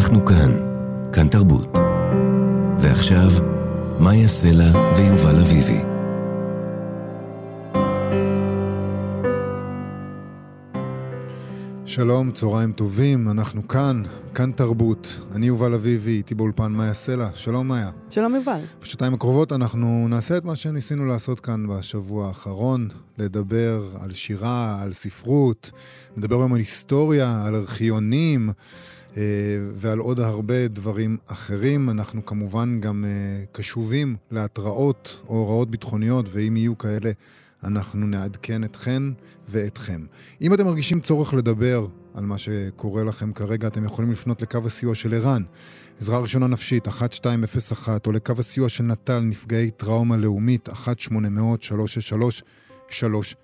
אנחנו כאן, כאן תרבות. ועכשיו, מאיה סלע ויובל אביבי. שלום, צהריים טובים, אנחנו כאן, כאן תרבות. אני יובל אביבי, איתי באולפן מאיה סלע. שלום מאיה. שלום יובל. בשעתיים הקרובות אנחנו נעשה את מה שניסינו לעשות כאן בשבוע האחרון, לדבר על שירה, על ספרות, נדבר היום על היסטוריה, על ארכיונים ועל עוד הרבה דברים אחרים. אנחנו כמובן גם קשובים להתראות או הוראות ביטחוניות, ואם יהיו כאלה אנחנו נעדכן אתכן ואתכם. אם אתם מרגישים צורך לדבר על מה שקורה לכם כרגע, אתם יכולים לפנות לקו הסיוע של ער"ן, עזרה ראשונה נפשית 1201, או לקו הסיוע של נט"ל, נפגעי טראומה לאומית 1-800-363-363,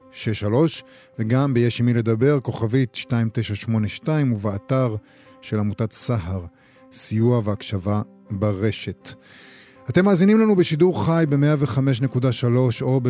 וגם ביש עם מי לדבר, כוכבית 2982, ובאתר של עמותת סהר, סיוע והקשבה ברשת. אתם מאזינים לנו בשידור חי ב-105.3 או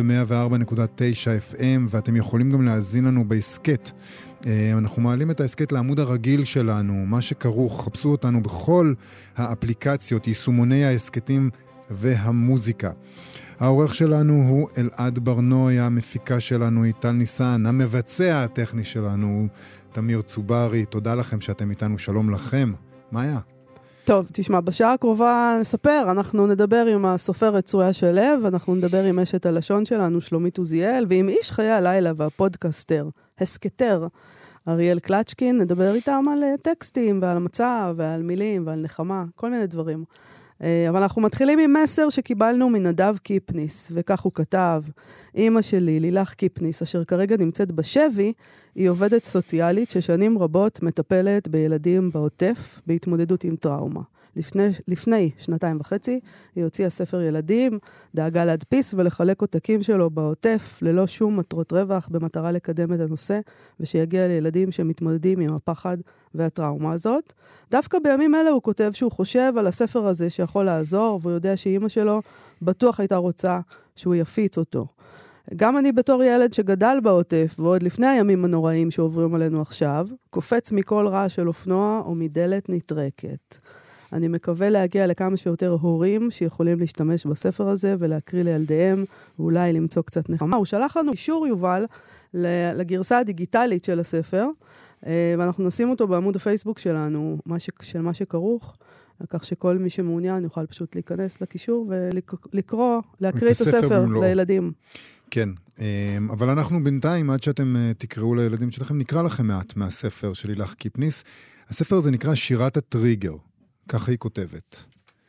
ב-104.9 FM, ואתם יכולים גם להאזין לנו בעסקט. אנחנו מעלים את העסקט לעמוד הרגיל שלנו, מה שכרוך, חפשו אותנו בכל האפליקציות, יישומוני העסקטים והמוזיקה. העורך שלנו הוא אלעד ברנוי, המפיקה שלנו היא טל ניסן, המבצע הטכני שלנו הוא תמיר צוברי. תודה לכם שאתם איתנו, שלום לכם. מה היה? טוב, תשמע, בשעה הקרובה נספר, אנחנו נדבר עם הסופרת צרויה שלו, אנחנו נדבר עם אשת הלשון שלנו, שלומית עוזיאל, ועם איש חיי הלילה והפודקאסטר, הסקטר, אריאל קלצ'קין, נדבר איתם על טקסטים ועל מצב ועל מילים ועל נחמה, כל מיני דברים. אבל אנחנו מתחילים עם מסר שקיבלנו מנדב קיפניס, וכך הוא כתב: אמא שלי, לילך קיפניס, אשר כרגע נמצאת בשבי, היא עובדת סוציאלית ששנים רבות מטפלת בילדים בעוטף בהתמודדות עם טראומה. לפני 2.5 היא הוציאה ספר ילדים, דאגה להדפיס ולחלק עותקים שלו בעוטף ללא שום מטרות רווח, במטרה לקדם את הנושא ושיגיע לילדים שמתמודדים עם הפחד והטראומה הזאת. דווקא בימים אלה הוא כותב שהוא חושב על הספר הזה שיכול לעזור, והוא יודע שאמא שלו בטוח הייתה רוצה שהוא יפיץ אותו. גם אני בתור ילד שגדל בעוטף, ועוד לפני הימים הנוראים שעוברים עלינו עכשיו, קופץ מכל רעש של אופנוע או מדלת נטרקת. אני מקווה להגיע לכמה שיותר הורים שיכולים להשתמש בספר הזה ולהקריא לילדיהם, ואולי למצוא קצת נחמה. הוא שלח לנו אישור, יובל, לגרסה הדיגיטלית של הספר, ואנחנו נשים אותו בעמוד הפייסבוק שלנו, של מה שכרוך, כך שכל מי שמעוניין יוכל פשוט להיכנס לקישור ולקרוא, להקריא את הספר לילדים. כן, אבל אנחנו בינתיים, עד שאתם תקראו לילדים שלכם, נקרא לכם מעט מהספר של לילך קיפניס. הספר הזה נקרא שירת הטריגר. ככה היא כותבת: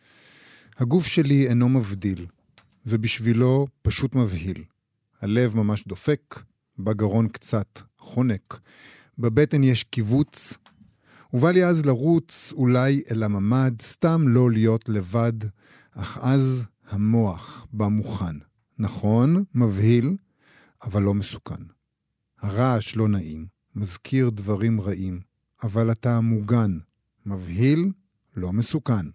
הגוף שלי אינו מבדיל, זה בשבילו פשוט מבהיל. הלב ממש דופק, בגרון קצת חונק, בבטן יש קיבוץ, ובא לי אז לרוץ אולי אל הממד, סתם לא להיות לבד, אך אז המוח בא מוכן. נכון, מבהיל, אבל לא מסוכן. הרעש לא נעים, מזכיר דברים רעים, אבל אתה מוגן, מבהיל, לא מסוכן.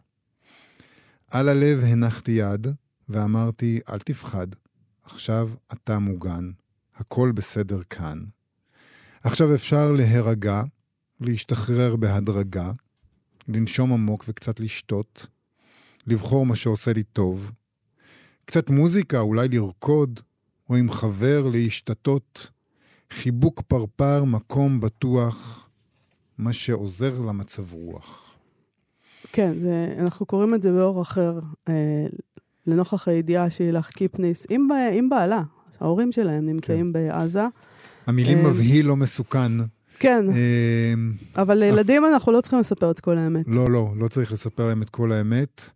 על הלב הנחתי יד ואמרתי, אל תפחד, עכשיו אתה מוגן, הכל בסדר כאן. עכשיו אפשר להירגע, להשתחרר בהדרגה, לנשום עמוק וקצת לשתות, לבחור מה שעושה לי טוב, קצת מוזיקה, אולי לרקוד, או עם חבר להשתתות, חיבוק פרפר, מקום בטוח, מה שעוזר למצב רוח. כן, אנחנו קוראים את זה באור אחר, לנוכח הידיעה שלילך קיפניס, עם בעלה, ההורים שלהם נמצאים בעזה. המילים מבהיל לא מסוכן. כן, אבל לילדים אנחנו לא צריכים לספר את כל האמת. לא צריך לספר להם את כל האמת,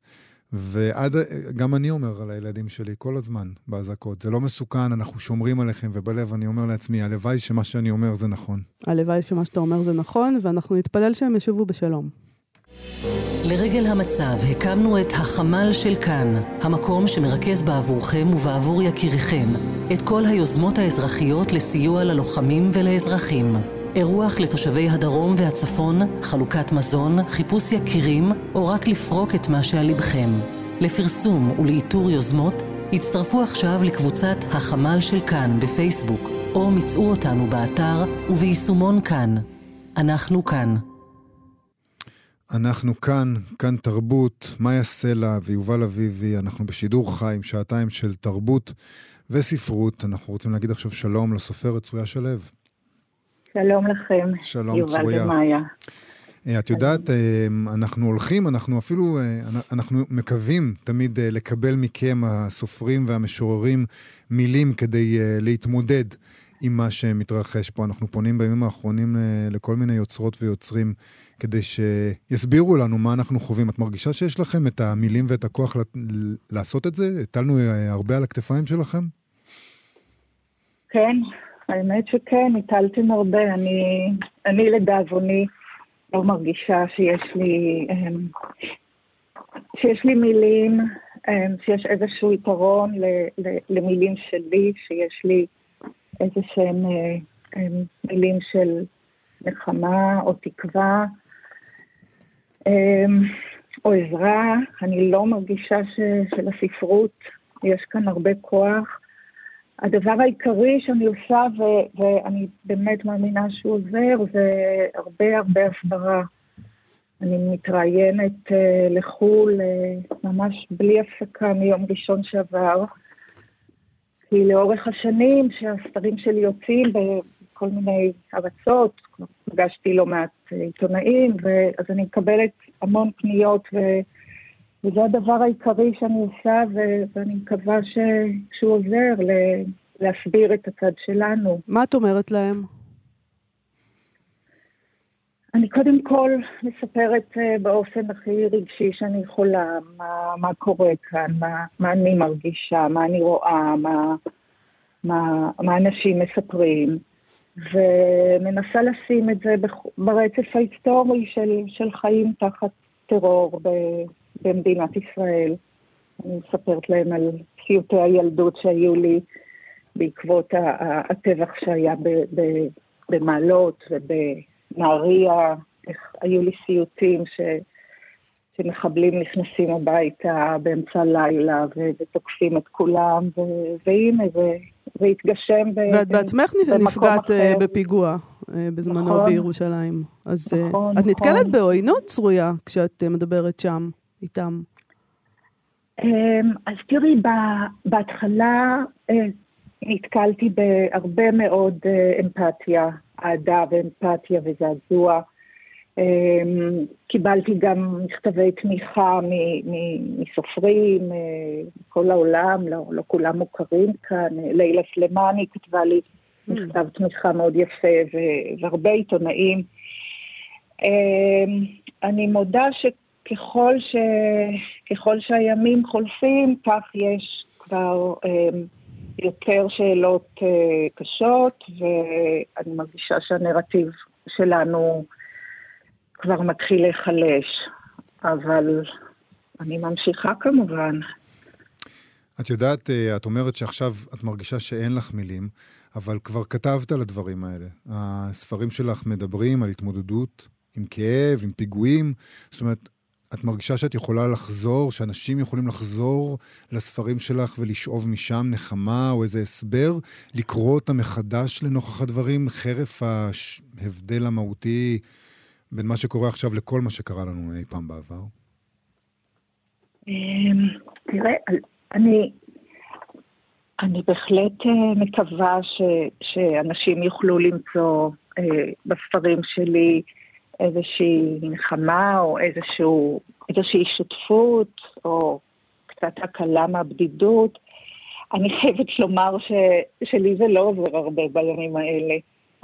וגם אני אומר על הילדים שלי כל הזמן בהזעקות, זה לא מסוכן, אנחנו שומרים עליכם, ובלב אני אומר לעצמי, הלוואי שמה שאני אומר זה נכון. הלוואי שמה שאתה אומר זה נכון, ואנחנו נתפלל שהם ישובו בשלום. לרגל המצב הקמנו את החמ"ל של כאן, המקום שמרכז בעבורכם ובעבור יקיריכם את כל היוזמות האזרחיות לסיוע ללוחמים ולאזרחים. אירוח לתושבי הדרום והצפון, חלוקת מזון, חיפוש יקירים או רק לפרוק את מה שעל לבכם. לפרסום ולאיתור יוזמות הצטרפו עכשיו לקבוצת החמ"ל של כאן בפייסבוק, או מצאו אותנו באתר וביישומון כאן. אנחנו כאן. אנחנו כאן תרבות, מאיה סלע ויובל אביבי, אנחנו בשידור חי עם שעתיים של תרבות וספרות. אנחנו רוצים להגיד עכשיו שלום לסופרת צרויה שלו. שלום לכם, שלום צרויה. יובל ומאיה. את יודעת, אנחנו מקווים תמיד לקבל מכם, הסופרים והמשוררים, מילים כדי להתמודד עם מה שמתרחש פה. אנחנו פונים בימים האחרונים לכל מיני יוצרות ויוצרים, כדי שיסבירו לנו מה אנחנו חווים. את מרגישה שיש לכם את המילים ואת הכוח לעשות את זה? הטלנו הרבה על הכתפיים שלכם? כן, האמת שכן, הטלתם הרבה. אני לדאבוני לא מרגישה שיש לי מילים, שיש איזשהו יתרון למילים שלי, שיש לי איזשהם מילים של נחמה או תקווה או עזרה. אני לא מרגישה שלספרות יש כאן הרבה כוח. הדבר העיקרי שאני עושה, ואני באמת מאמינה שהוא עוזר, זה הרבה הסברה. אני מתראיינת לחול ממש בלי הפסקה מיום ראשון שעבר, כי לאורך השנים שהספרים שלי יוצאים בכל מיני ארצות, פגשתי לא מעט עיתונאים, אז אני מקבלת המון פניות, וזה הדבר העיקרי שאני עושה, ואני מקווה שהוא עוזר להסביר את הצד שלנו. מה את אומרת להם? אני קודם כל מספרת באופן הכי רגשי שאני יכולה, מה קורה כאן, מה אני מרגישה, מה אני רואה, מה אנשים מספרים, ומנסה לשים את זה ברצף ההיסטורי של חיים תחת טרור במדינת ישראל. אני מספרת להם על סיוטי הילדות שהיו לי בעקבות הטבח שהיה במעלות ובנהריה. היו לי סיוטים שמחבלים נכנסים הביתה באמצע הלילה ותוקפים את כולם, והנה זה התגשם ואת בעצמך נפגעת בפיגוע בזמנו בירושלים. אז את נתקלת בעוינות צרויה כשאת מדברת שם איתם? אז תראי, בהתחלה נתקלתי בהרבה מאוד אמפתיה, אהדה ואמפתיה וזעזוע. קיבלתי גם מכתבי תמיכה מסופרים, כל העולם, לא כולם מוכרים כאן. לילה סלמני כתבה לי מכתב תמיכה מאוד יפה, והרבה עיתונאים. אני מודה ככל שהימים חולפים, כך יש כבר יותר שאלות קשות, ואני מרגישה שהנרטיב שלנו כבר מתחיל להיחלש, אבל אני ממשיכה כמובן. את יודעת, את אומרת שעכשיו את מרגישה שאין לך מילים, אבל כבר כתבת על הדברים האלה. הספרים שלך מדברים על התמודדות עם כאב, עם פיגועים, זאת אומרת, את מרגישה שאת יכולה לחזור, שאנשים יכולים לחזור לספרים שלך ולשאוב משם נחמה או איזה הסבר, לקרוא אותם מחדש לנוכח הדברים, חרף ההבדל המהותי בין מה שקורה עכשיו לכל מה שקרה לנו אי פעם בעבר? תראה, אני בהחלט מקווה שאנשים יוכלו למצוא בספרים שלי איזושהי נחמה או איזושהי שותפות או קצת הקלה מהבדידות. אני חייבת לומר שלי זה לא עובר הרבה בימים האלה.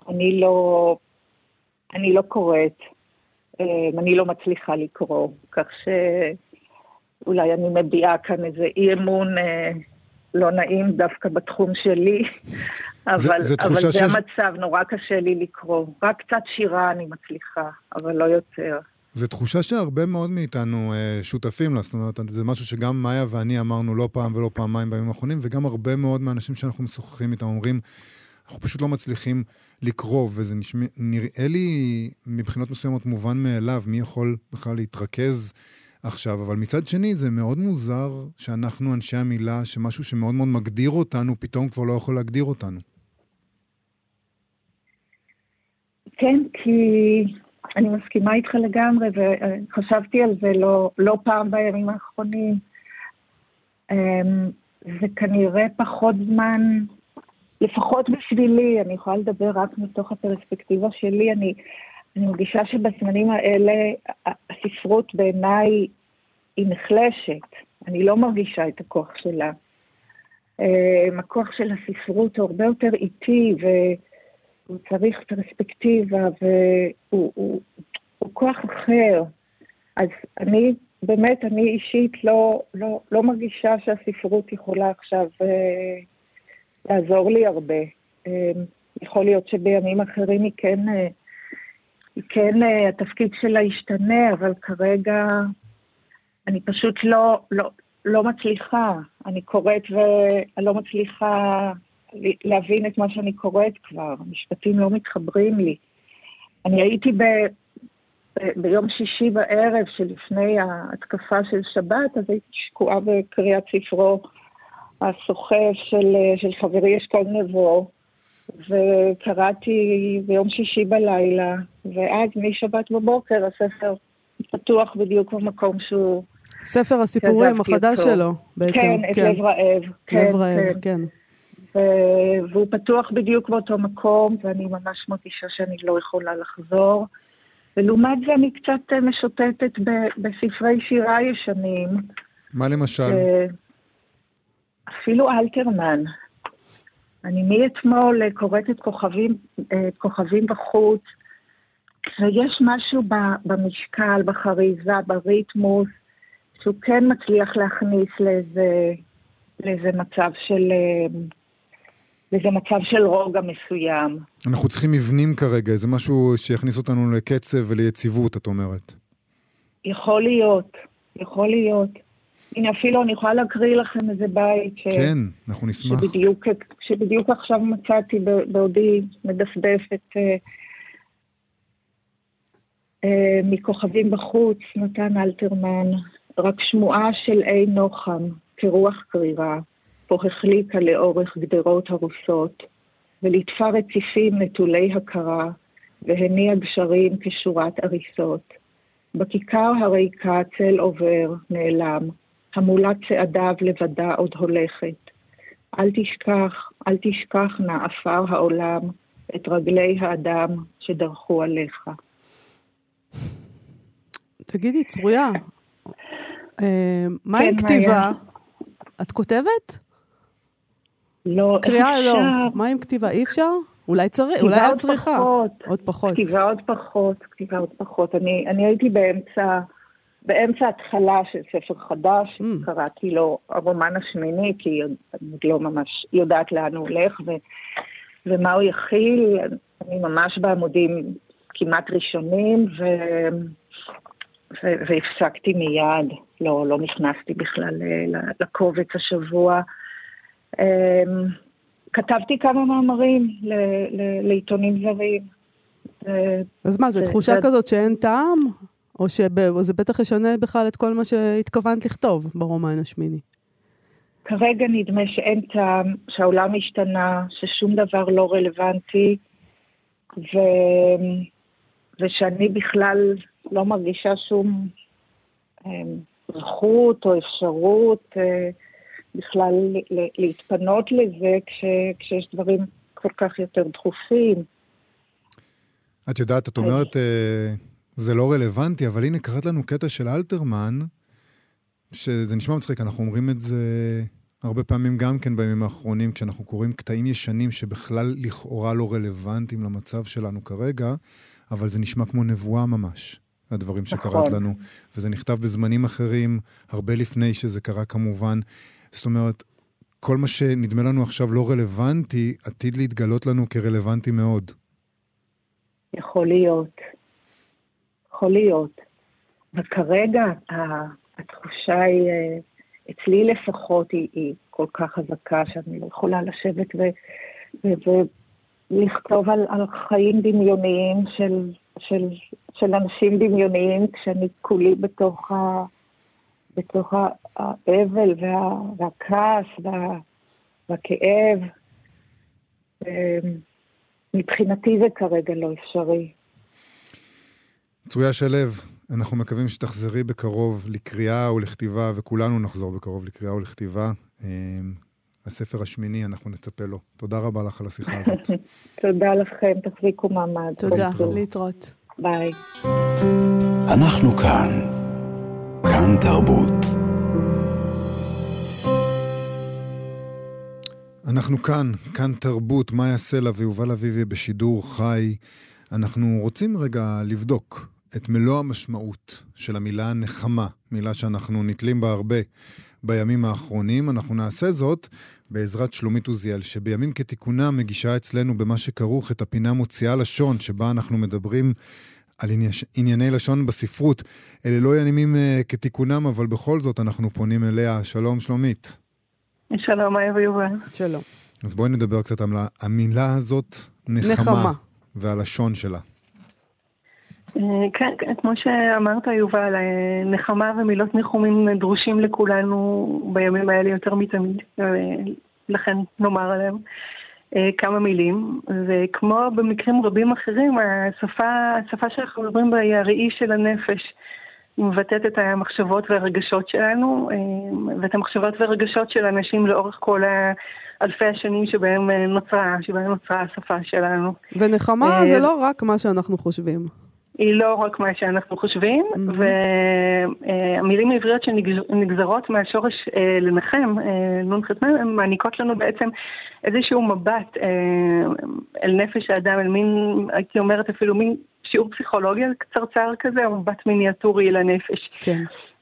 אני לא קוראת, אני לא מצליחה לקרוא, כך שאולי אני מביעה כאן איזה אי-אמון לא נעים דווקא בתחום שלי, אבל זה המצב, נורא קשה לי לקרוא. רק קצת שירה אני מצליחה, אבל לא יותר. זו תחושה שהרבה מאוד מאיתנו שותפים לה, זאת אומרת, זה משהו שגם מאיה ואני אמרנו לא פעם ולא פעמיים בימים האחרונים, וגם הרבה מאוד מהאנשים שאנחנו משוחחים איתם אומרים, אנחנו פשוט לא מצליחים לקרוא, וזה נראה לי מבחינות מסוימות מובן מאליו, מי יכול בכלל להתרכז עכשיו, אבל מצד שני זה מאוד מוזר שאנחנו אנשי המילה, שמשהו שמאוד מאוד מגדיר אותנו, פתאום כבר לא יכול להגדיר אותנו. כן, כי אני מסכימה איתך לגמרי, וחשבתי על זה לא פעם בימים האחרונים. זה כנראה פחות זמן, לפחות בשבילי, אני יכולה לדבר רק מתוך הפרספקטיבה שלי, אני מרגישה שבזמנים האלה הספרות בעיניי היא נחלשת. אני לא מרגישה את הכוח שלה. הכוח של הספרות הוא הרבה יותר איטי, והוא צריך פרספקטיבה, והוא כוח אחר. אז אני אישית לא מרגישה שהספרות יכולה עכשיו לעזור לי הרבה. יכול להיות שבימים אחרים היא כן התפקיד שלה ישתנה, אבל כרגע אני פשוט לא מצליחה. אני קוראת ואני לא מצליחה להבין את מה שאני קוראת כבר. המשפטים לא מתחברים לי. אני הייתי ביום שישי בערב שלפני ההתקפה של שבת, אז הייתי שקועה בקריאת ספרו הסוחף של חברי אשכול נבו, וקראתי ביום שישי בלילה, ואז משבת בבוקר הספר פתוח בדיוק במקום שהוא... ספר הסיפורים החדש שלו, בעצם. כן, את לב רעב. לב רעב, כן. והוא פתוח בדיוק באותו מקום, ואני ממש מרגישה שאני לא יכולה לחזור. ולעומת זה אני קצת משוטטת בספרי שירה ישנים. מה למשל? אפילו אלתרמן. אני מאתמול קוראת את כוכבים בחוץ, ויש משהו במשקל, בחריזה, בריתמוס, שהוא כן מצליח להכניס לאיזה מצב של רוגע מסוים. אנחנו צריכים מבנים כרגע, זה משהו שיכניס אותנו לקצב וליציבות, את אומרת. יכול להיות. הנה, אפילו אני יכולה להקריא לכם איזה בית כן, אנחנו נשמח. שבדיוק עכשיו מצאתי בעודי מדפדפת מכוכבים בחוץ, נתן אלתרמן, רק שמועה של אי נוחם, כרוח קרירה, פה החליקה לאורך גדרות הרוסות, ולטפה רציפים נטולי הכרה, והניע גשרים כשורת אריסות. בכיכר הריקה צל עובר, נעלם, המולת צעדיו לבדה עוד הולכת. אל תשכח נא עפר העולם, את רגלי האדם שדרכו עליך. תגידי, צרויה, מה עם כתיבה? את כותבת? לא, קריאה לא. מה עם כתיבה? אי אפשר? אולי את צריכה. עוד פחות. כתיבה עוד פחות. אני הייתי באמצע התחלה של ספר חדש, קראתי לו הרומן השמיני, כי אני לא ממש יודעת לאן הוא הולך ומה הוא יכיל. אני ממש בעמודים כמעט ראשונים, והפסקתי מיד. לא נכנסתי בכלל לקובץ השבוע. כתבתי כמה מאמרים לעיתונים זרים. אז מה, זו תחושה כזאת שאין טעם? או שזה בטח ישנה בכלל את כל מה שהתכוונת לכתוב ברומן השמיני? כרגע נדמה שאין טעם, שהעולם השתנה, ששום דבר לא רלוונטי, ושאני בכלל לא מרגישה שום זכות או אפשרות בכלל להתפנות לזה כשיש דברים כל כך יותר דחופים. את יודעת, את אומרת, זה לא רלוונטי, אבל הנה קראת לנו קטע של אלתרמן, שזה נשמע מצחיק, אנחנו אומרים את זה הרבה פעמים גם כן בימים האחרונים, כשאנחנו קוראים קטעים ישנים שבכלל לכאורה לא רלוונטיים למצב שלנו כרגע, אבל זה נשמע כמו נבואה ממש, הדברים שקראת לנו, וזה נכתב בזמנים אחרים, הרבה לפני שזה קרה כמובן. זאת אומרת, כל מה שנדמה לנו עכשיו לא רלוונטי, עתיד להתגלות לנו כרלוונטי מאוד. יכול להיות. וכרגע התחושה היא, אצלי לפחות, היא כל כך חזקה, שאני לא יכולה לשבת ולכתוב על חיים דמיוניים של אנשים דמיוניים, כשאני כולי בתוך האבל והכעס והכאב. מבחינתי זה כרגע לא אפשרי. צרויה שלו, אנחנו מקווים שתחזרי בקרוב לקריאה ולכתיבה, וכולנו נחזור בקרוב לקריאה ולכתיבה. הספר השמיני, אנחנו נצפה לו. תודה רבה לך על השיחה הזאת. תודה לכם, תחזיקו מעמד. תודה, להתראות. ביי. אנחנו כאן תרבות. אנחנו כאן תרבות, מאיה סלע ויובל אביבי בשידור חי. אנחנו רוצים רגע לבדוק את מלוא המשמעות של המילה נחמה, מילה שאנחנו נתלים בה הרבה בימים האחרונים. אנחנו נעשה זאת בעזרת שלומית עוזיאל, שבימים כתיקונה מגישה אצלנו במה שכרוך את הפינה מוציאה לשון, שבה אנחנו מדברים על ענייני לשון בספרות. אלה לא ימים כתיקונם, אבל בכל זאת אנחנו פונים אליה. שלום שלומית. שלום, מאיה ויובל. שלום. אז בואי נדבר קצת על המילה הזאת, נחמה, והלשון שלה. כן, כמו שאמרת יובל, נחמה ומילות ניחומים דרושים לכולנו בימים האלה יותר מתמיד, לכן נאמר עליהם כמה מילים, וכמו במקרים רבים אחרים, השפה שאנחנו מדברים בה היא הראי של הנפש, מבטאת את המחשבות והרגשות שלנו, ואת המחשבות והרגשות של אנשים לאורך כל אלפי השנים שבהם נוצרה השפה שלנו. ונחמה זה לא רק מה שאנחנו חושבים. היא לא רק מה שאנחנו חושבים, והמילים העבריות שנגזרות מהשורש לנחם, נון חתמן, הן מעניקות לנו בעצם איזשהו מבט אל נפש האדם, אל מין, הייתי אומרת אפילו מין שיעור פסיכולוגיה קצרצר כזה, או מבט מיניאטורי לנפש. כן.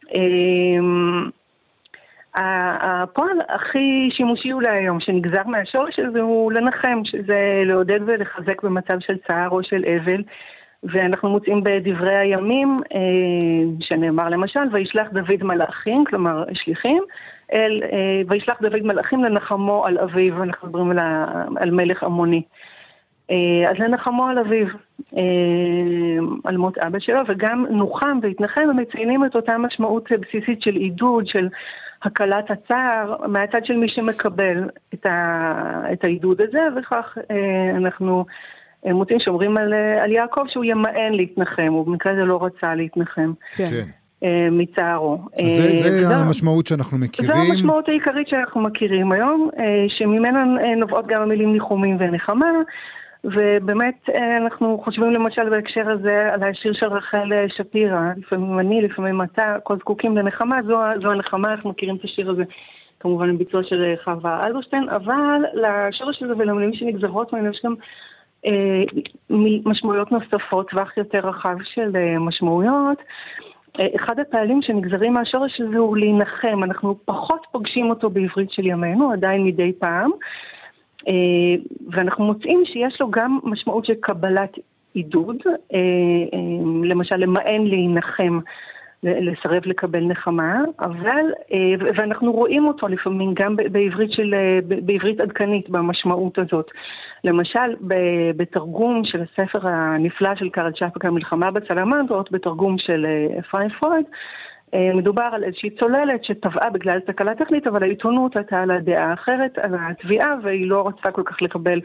הפועל הכי שימושי אולי היום שנגזר מהשורש הזה הוא לנחם, שזה לעודד ולחזק במצב של צער או של אבל, ואנחנו מוצאים בדברי הימים, שנאמר למשל, וישלח דוד מלאכים, כלומר שליחים, וישלח דוד מלאכים לנחמו על אביו, אנחנו מדברים על מלך עמוני. אז לנחמו על אביו, על מות אבא שלו, וגם נוחם והתנחם, הם מציינים את אותה משמעות בסיסית של עידוד, של הקלת הצער, מהצד של מי שמקבל את העידוד הזה, וכך אנחנו מוצאים שאומרים על יעקב שהוא ימאן להתנחם, הוא במקרה זה לא רצה להתנחם. כן. מצערו. זה המשמעות שאנחנו מכירים. זו המשמעות העיקרית שאנחנו מכירים היום, שממנה נובעות גם המילים ניחומים ונחמה, ובאמת אנחנו חושבים למשל בהקשר הזה על השיר של רחל שפירא, לפעמים אני, לפעמים אתה, כל זקוקים לנחמה, זו הנחמה, אנחנו מכירים את השיר הזה, כמובן עם ביצוע של חווה אלברשטיין, אבל לשורש הזה ולמילים שנגזרות ממנו יש גם משמעויות נוספות, טווח יותר רחב של משמעויות. אחד הפעלים שנגזרים מהשורש הזה הוא להינחם, אנחנו פחות פוגשים אותו בעברית של ימינו, עדיין מדי פעם, ואנחנו מוצאים שיש לו גם משמעות של קבלת עידוד, למשל למען להינחם, לסרב לקבל נחמה, ואנחנו רואים אותו לפעמים גם בעברית עדכנית במשמעות הזאת. למשל, בתרגום של הספר הנפלא של קרל צ'פק, המלחמה בסלמנדרות, בתרגום של אפרים פרויד, מדובר על איזושהי צוללת שטבעה בגלל תקלה טכנית, אבל העיתונות הייתה על הדעה אחרת, על התביעה, והיא לא רצתה כל כך לקבל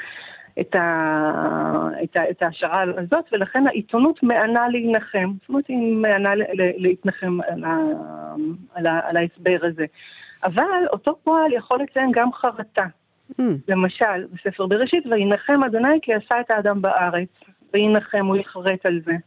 את ההשערה הזאת, ולכן העיתונות מענה להינחם. זאת אומרת, היא מענה להתנחם על ההסבר הזה. אבל אותו פועל יכול לציין גם חרטה. למשל, בספר בראשית, וינחם אדוני כי עשה את האדם בארץ. וינחם, הוא יחרט על זה.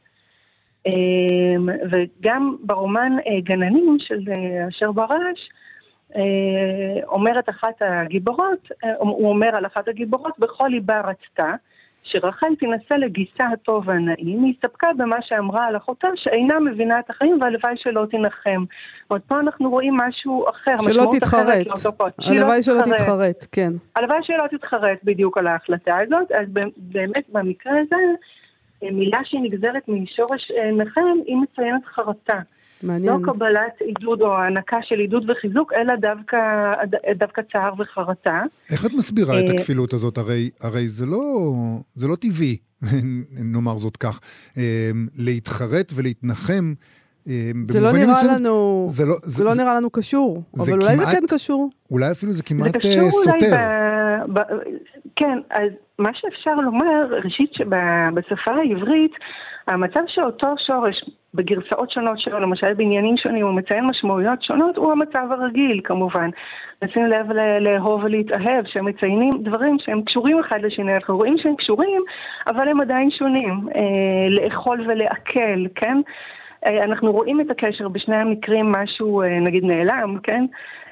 וגם ברומן גננים של אשר ברש, אומרת אחת הגיבורות, הוא אומר על אחת הגיבורות, בכל ליבה רצתה, שרחל תנסה לגיסה הטוב והנעים, היא הסתפקה במה שאמרה על אחותה, שאינה מבינה את החיים, והלוואי שלא תנחם. עוד פה אנחנו רואים משהו אחר, שלא תתחרט. הלוואי שלא תתחרט, כן. הלוואי שלא תתחרט בדיוק על ההחלטה הזאת, אז באמת במקרה הזה, מילה שהיא נגזרת משורש נחם, היא מציינת חרטה. מעניין. לא קבלת עידוד או הענקה של עידוד וחיזוק, אלא דווקא צער וחרטה. איך את מסבירה את הכפילות הזאת? הרי זה לא טבעי, נאמר זאת כך. להתחרט ולהתנחם, זה לא נראה לנו, זה לא נראה לנו קשור, אבל אולי זה כן קשור. אולי אפילו זה כמעט סותר. כן, אז מה שאפשר לומר, ראשית שבשפה העברית, המצב שאותו שורש בגרסאות שונות שלו, למשל בעניינים שונים, הוא מציין משמעויות שונות, הוא המצב הרגיל כמובן. נשים לב לאהוב ולהתאהב, שהם מציינים דברים שהם קשורים אחד לשני, אנחנו רואים שהם קשורים, אבל הם עדיין שונים. לאכול ולעכל, כן? אנחנו רואים את הקשר בשני המקרים, משהו נגיד נעלם, כן?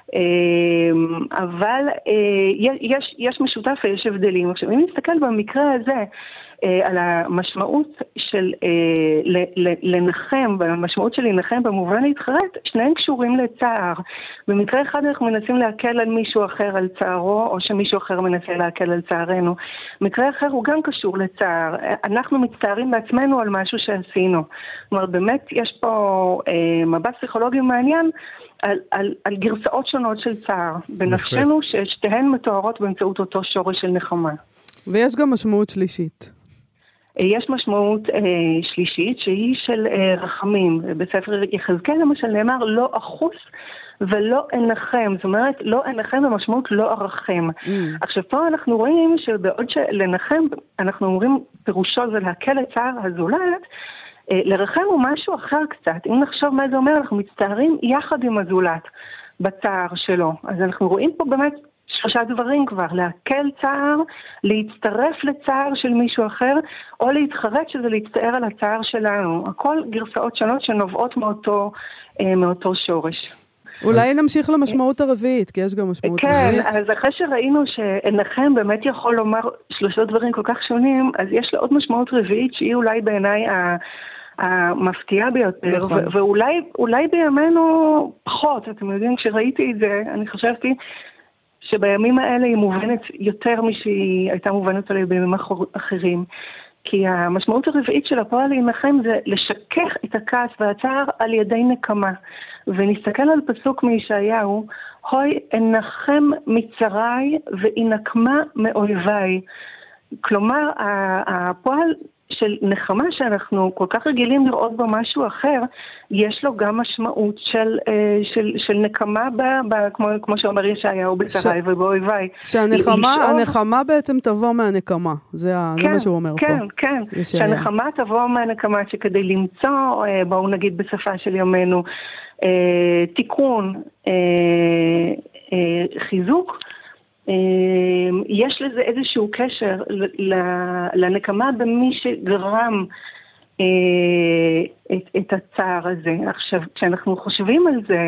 אבל יש משותף ויש הבדלים. עכשיו, אם נסתכל במקרה הזה על המשמעות של לנחם, והמשמעות של לנחם במובן להתחרט, שניהם קשורים לצער. במקרה אחד אנחנו מנסים להקל על מישהו אחר על צערו, או שמישהו אחר מנסה להקל על צערנו. מקרה אחר הוא גם קשור לצער. אנחנו מצטערים בעצמנו על משהו שעשינו. זאת אומרת, באמת יש פה מבט פסיכולוגי מעניין, על גרסאות שונות של צער, בנפשנו ששתיהן מתוארות באמצעות אותו שורש של נחמה. ויש גם משמעות שלישית. יש משמעות שלישית שהיא של רחמים. בספר יחזקאל למשל נאמר לא אחוס ולא אנחם. זאת אומרת, לא אנחם במשמעות לא ארחם. עכשיו פה אנחנו רואים שבעוד שלנחם אנחנו אומרים פירושו זה להקל את צער הזולת, לרחם הוא משהו אחר קצת. אם נחשוב מה זה אומר, אנחנו מצטערים יחד עם הזולת בצער שלו. אז אנחנו רואים פה באמת שלושה דברים כבר, להקל צער, להצטרף לצער של מישהו אחר, או להתחרט שזה להצטער על הצער שלנו. הכל גרסאות שונות שנובעות מאותו שורש. אולי נמשיך למשמעות הרביעית, כי יש גם משמעות רביעית. כן, אז אחרי שראינו שאנחם באמת יכול לומר שלושה דברים כל כך שונים, אז יש לה עוד משמעות רביעית שהיא אולי בעיניי המפתיעה ביותר, ואולי בימינו פחות. אתם יודעים, כשראיתי את זה, אני חשבתי שבימים האלה היא מובנת יותר משהיא הייתה מובנת עליה בימים אחרים. כי המשמעות הרביעית של הפועל להנחם זה לשכך את הכעס והצער על ידי נקמה. ונסתכל על פסוק מישעיהו, הוי אנחם מצריי ואינקמה מאויביי. כלומר, הפועל של נחמה שאנחנו כל כך רגילים לראות בו משהו אחר, יש לו גם משמעות של נקמה, כמו שאומר ישעיהו, בצריי ובאויביי. שהנחמה בעצם תבוא מהנקמה, זה מה שהוא אומר פה. כן, שהנחמה תבוא מהנקמה, שכדי למצוא, בואו נגיד בשפה של ימינו, תיקון, חיזוק, יש לזה איזשהו קשר לנקמה במי שגרם את הצער הזה. עכשיו, כשאנחנו חושבים על זה,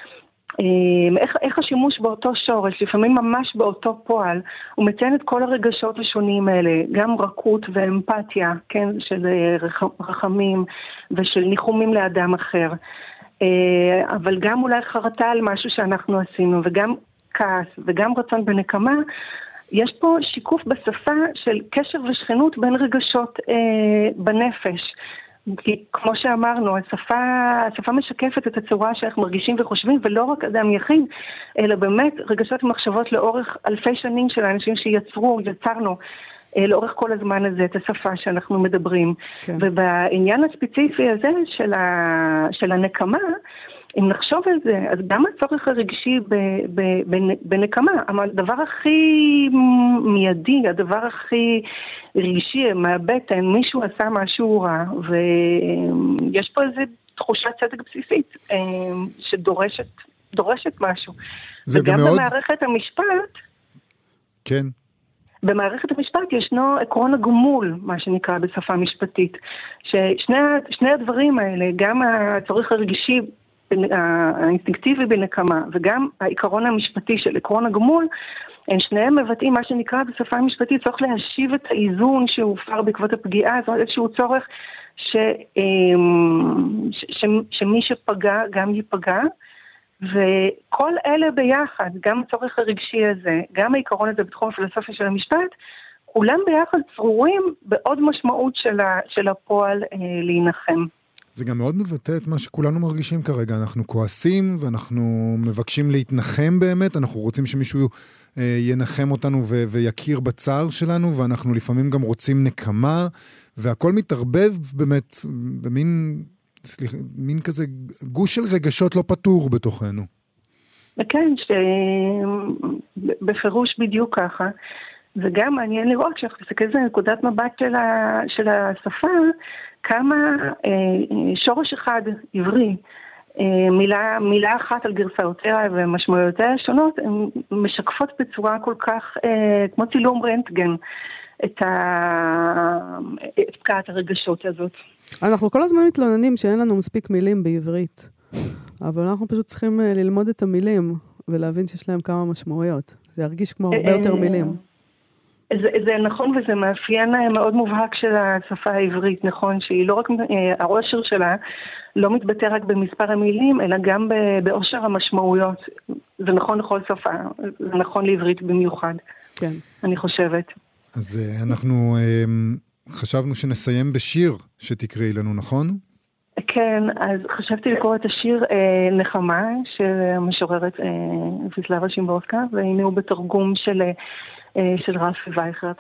איך השימוש באותו שורש, לפעמים ממש באותו פועל, הוא מציין את כל הרגשות השונים האלה, גם רכות ואמפתיה, כן, של רחמים ושל ניחומים לאדם אחר. אבל גם אולי חרטה על משהו שאנחנו עשינו, וגם כעס וגם רצון בנקמה, יש פה שיקוף בשפה של קשר ושכנות בין רגשות בנפש. כי כמו שאמרנו, השפה משקפת את הצורה שאנחנו מרגישים וחושבים, ולא רק אדם יחיד, אלא באמת רגשות ומחשבות לאורך אלפי שנים של האנשים יצרנו לאורך כל הזמן הזה את השפה שאנחנו מדברים. כן. ובעניין הספציפי הזה של הנקמה, אם נחשוב על זה, אז גם הצורך הרגשי בנקמה, אבל הדבר הכי מיידי, הדבר הכי רגשי מהבטן, מישהו עשה משהו רע, ויש פה איזו תחושת צדק בסיסית שדורשת משהו. וגם במערכת המשפט, כן. במערכת המשפט ישנו עקרון הגמול, מה שנקרא בשפה משפטית, ששני הדברים האלה, גם הצורך הרגשי האינסטינקטיבי בנקמה, וגם העיקרון המשפטי של עקרון הגמול, הם שניהם מבטאים מה שנקרא בשפה המשפטית, צריך להשיב את האיזון שהופר בעקבות הפגיעה, זאת אומרת איזשהו צורך שמי שפגע גם ייפגע, וכל אלה ביחד, גם הצורך הרגשי הזה, גם העיקרון הזה בתחום הפילוסופיה של המשפט, כולם ביחד צרורים בעוד משמעות של הפועל להנחם. זה גם מאוד מבטא את מה שכולנו מרגישים כרגע. אנחנו כועסים ואנחנו מבקשים להתנחם באמת, אנחנו רוצים שמישהו ינחם אותנו ויכיר בצער שלנו, ואנחנו לפעמים גם רוצים נקמה, והכל מתערבב באמת במין כזה גוש של רגשות לא פתור בתוכנו. כן, בפירוש בדיוק ככה. וגם מעניין לראות שאנחנו נסתכל על נקודת מבט של השפה, כמה שורש אחד עברי, מילה אחת על גרסאותיה ומשמעויותיה השונות, הן משקפות בצורה כל כך, כמו צילום רנטגן, את פקעת הרגשות הזאת. אנחנו כל הזמן מתלוננים שאין לנו מספיק מילים בעברית, אבל אנחנו פשוט צריכים ללמוד את המילים, ולהבין שיש להם כמה משמעויות. זה ירגיש כמו הרבה יותר מילים. זה נכון, וזה מאפיין מאוד מובהק של השפה העברית, נכון, שהיא לא רק, העושר שלה לא מתבטא רק במספר המילים, אלא גם בעושר המשמעויות. זה נכון לכל שפה, זה נכון לעברית במיוחד. כן. אני חושבת. אז אנחנו חשבנו שנסיים בשיר שתקראי לנו, נכון? כן, אז חשבתי לקרוא את השיר נחמה, של המשוררת ויסלבה שימבורסקה, והנה הוא בתרגום של רפי וייכרט.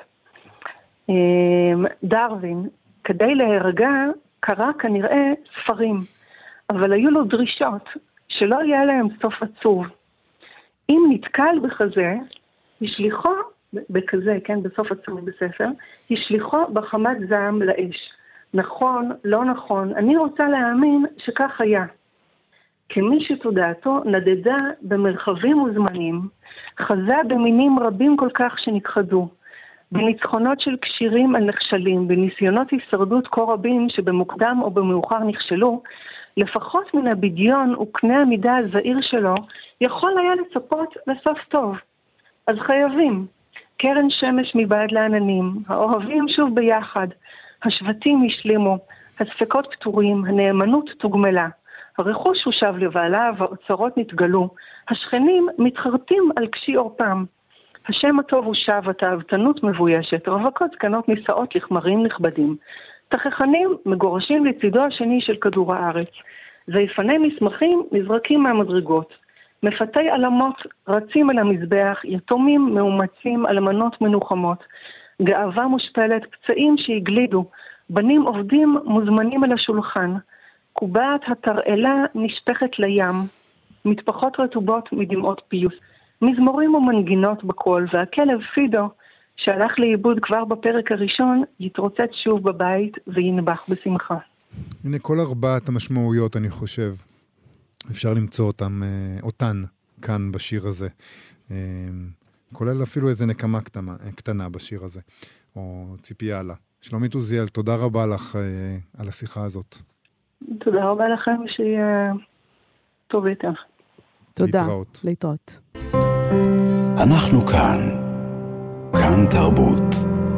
דרווין, כדי להירגע, קרא כנראה ספרים, אבל היו לו דרישות שלא יהיה להם סוף עצוב. אם נתקל בכזה, ישליחו, בכזה, כן, בסוף עצוב בספר, ישליחו בחמת זעם לאש. נכון, לא נכון, אני רוצה להאמין שכך היה. כמי שתודעתו נדדה במרחבים וזמנים, חזה במינים רבים כל כך שנכחדו, בניצחונות של קשירים על נכשלים, בניסיונות הישרדות כה רבים שבמוקדם או במאוחר נכשלו, לפחות מן הבדיון וקנה המידה הזעיר שלו, יכול היה לצפות לסוף טוב. אז חייבים, קרן שמש מבעד לעננים, האוהבים שוב ביחד, השבטים השלימו, הספקות פתורים, הנאמנות תוגמלה, הרכוש הושב לבעליו, האוצרות נתגלו, השכנים מתחרטים על קשי אורפם, השם הטוב הושב, התאוותנות מבוישת, רווקות זקנות נישאות לחמרים נכבדים, תככנים מגורשים לצידו השני של כדור הארץ, זייפני מסמכים נזרקים מהמדרגות, מפתי עלמות רצים על המזבח, יתומים מאומצים, אלמנות מנוחמות, גאווה מושפלת, פצעים שהגלידו, בנים עובדים מוזמנים אל השולחן, קובעת התרעלה נשפכת לים, מטפחות רטובות מדמעות פיוס, מזמורים ומנגינות בקול, והכלב פידו, שהלך לאיבוד כבר בפרק הראשון, יתרוצץ שוב בבית וינבח בשמחה. הנה כל ארבעת המשמעויות, אני חושב, אפשר למצוא אותן כאן בשיר הזה. כולל אפילו איזה נקמה קטנה בשיר הזה, או ציפייה לה. שלומית עוזיאל, תודה רבה לך על השיחה הזאת. תודה רבה לכם, שיהיה טוב יותר. תודה, להתראות. אנחנו כאן תרבות.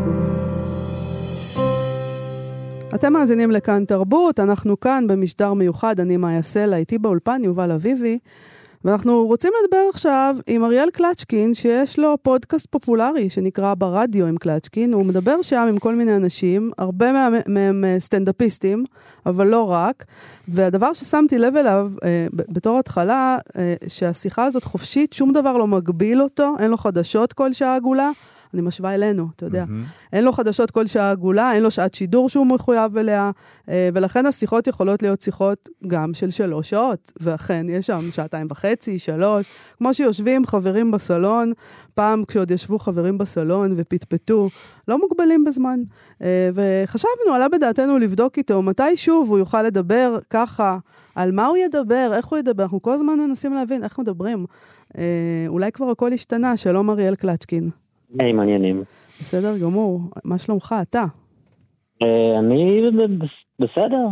אתם מאזינים לכאן תרבות, אנחנו כאן במשדר מיוחד, אני מאיה סלע, איתי באולפן יובל אביבי, ואנחנו רוצים לדבר עכשיו עם אריאל קלצ'קין, שיש לו פודקאסט פופולרי שנקרא ברדיו עם קלצ'קין, הוא מדבר שם עם כל מיני אנשים, הרבה מהם סטנדאפיסטים, אבל לא רק, והדבר ששמתי לב אליו בתור התחלה, שהשיחה הזאת חופשית, שום דבר לא מגביל אותו, אין לו חדשות כל שעה עגולה, אני משווה אלינו, אתה יודע. אין לו חדשות כל שעה עגולה, אין לו שעת שידור שהוא מחויב אליה, ולכן השיחות יכולות להיות שיחות גם של 3 שעות, ואכן יש שם 2.5, 3, כמו שיושבים חברים בסלון, פעם כשעוד ישבו חברים בסלון ופטפטו, לא מוגבלים בזמן. וחשבנו, עלה בדעתנו לבדוק איתו, מתי שוב הוא יוכל לדבר ככה, על מה הוא ידבר, איך הוא ידבר, אנחנו כל הזמן מנסים להבין איך מדברים. אולי כבר הכל השתנה, שלום אריאל קלצ'קין. היי, מעניינים. בסדר גמור. מה שלומך, אתה? אני בסדר,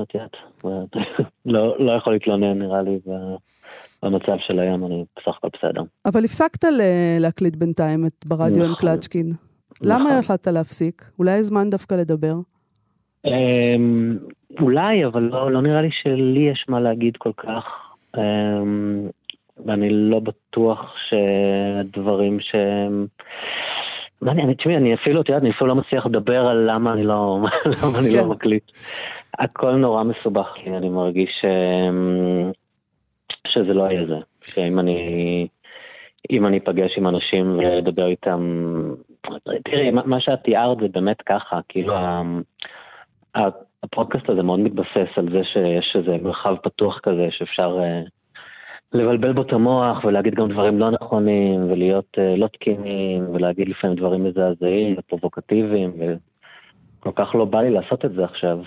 לא יכול להתלונן, נראה לי, במצב של היום, אני בסך הכל בסדר. אבל הפסקת להקליט בינתיים ברדיו עם קלצ'קין. למה החלטת להפסיק? אולי זמן דווקא לדבר? אולי, אבל לא נראה לי שלי יש מה להגיד כל כך. ואני לא בטוח שהדברים אני אפילו לא מצליח לדבר על למה אני לא מקליט. הכל נורא מסובך לי, אני מרגיש שזה לא יהיה זה. שאם אני אפגש עם אנשים ולדבר איתם, תראי, מה שאת תיארת זה באמת ככה, כאילו הפודקאסט הזה מאוד מתבסס על זה שיש איזה מרחב פתוח כזה שאפשר לבלבל בו את המוח ולהגיד גם דברים לא נכונים ולהיות לא תקינים ולהגיד לפעמים דברים מזעזעים ופרובוקטיביים וכל כך לא בא לי לעשות את זה עכשיו.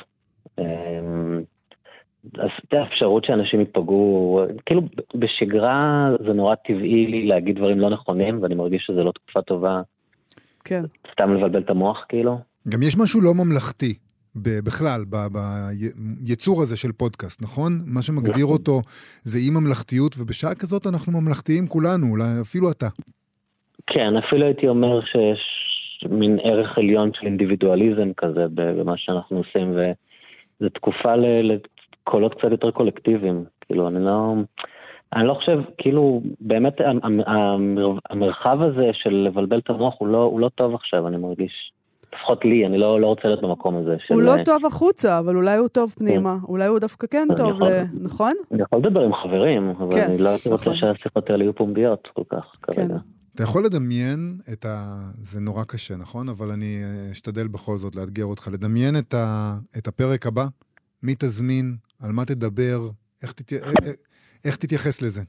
אז זה האפשרות שאנשים ייפגעו, כאילו בשגרה זה נורא טבעי לי להגיד דברים לא נכונים ואני מרגיש שזה לא תקופה טובה. כן. סתם לבלבל את המוח כאילו. גם יש משהו לא ממלכתי. בכלל, ביצור הזה של פודקאסט, נכון? מה שמגדיר אותו זה אי ממלכתיות, ובשעה כזאת אנחנו ממלכתיים כולנו, אולי אפילו אתה. כן, אפילו הייתי אומר שיש מין ערך עליון של אינדיבידואליזם כזה במה שאנחנו עושים, וזו תקופה לקולות קצת יותר קולקטיביים. כאילו, אני לא חושב, כאילו, באמת המרחב הזה של לבלבל את המוח הוא לא טוב עכשיו, אני מרגיש. לפחות לי, אני לא רוצה להיות במקום הזה. הוא לא טוב החוצה, אבל אולי הוא טוב פנימה. אולי הוא דווקא כן טוב, נכון? אני יכול לדבר עם חברים, אבל אני לא רוצה שהשיחות האלה יהיו פומביות כל כך כרגע. אתה יכול לדמיין זה נורא קשה, נכון? אבל אני אשתדל בכל זאת לאתגר אותך. לדמיין את הפרק הבא, מי תזמין, על מה תדבר, איך תתייחס לזה?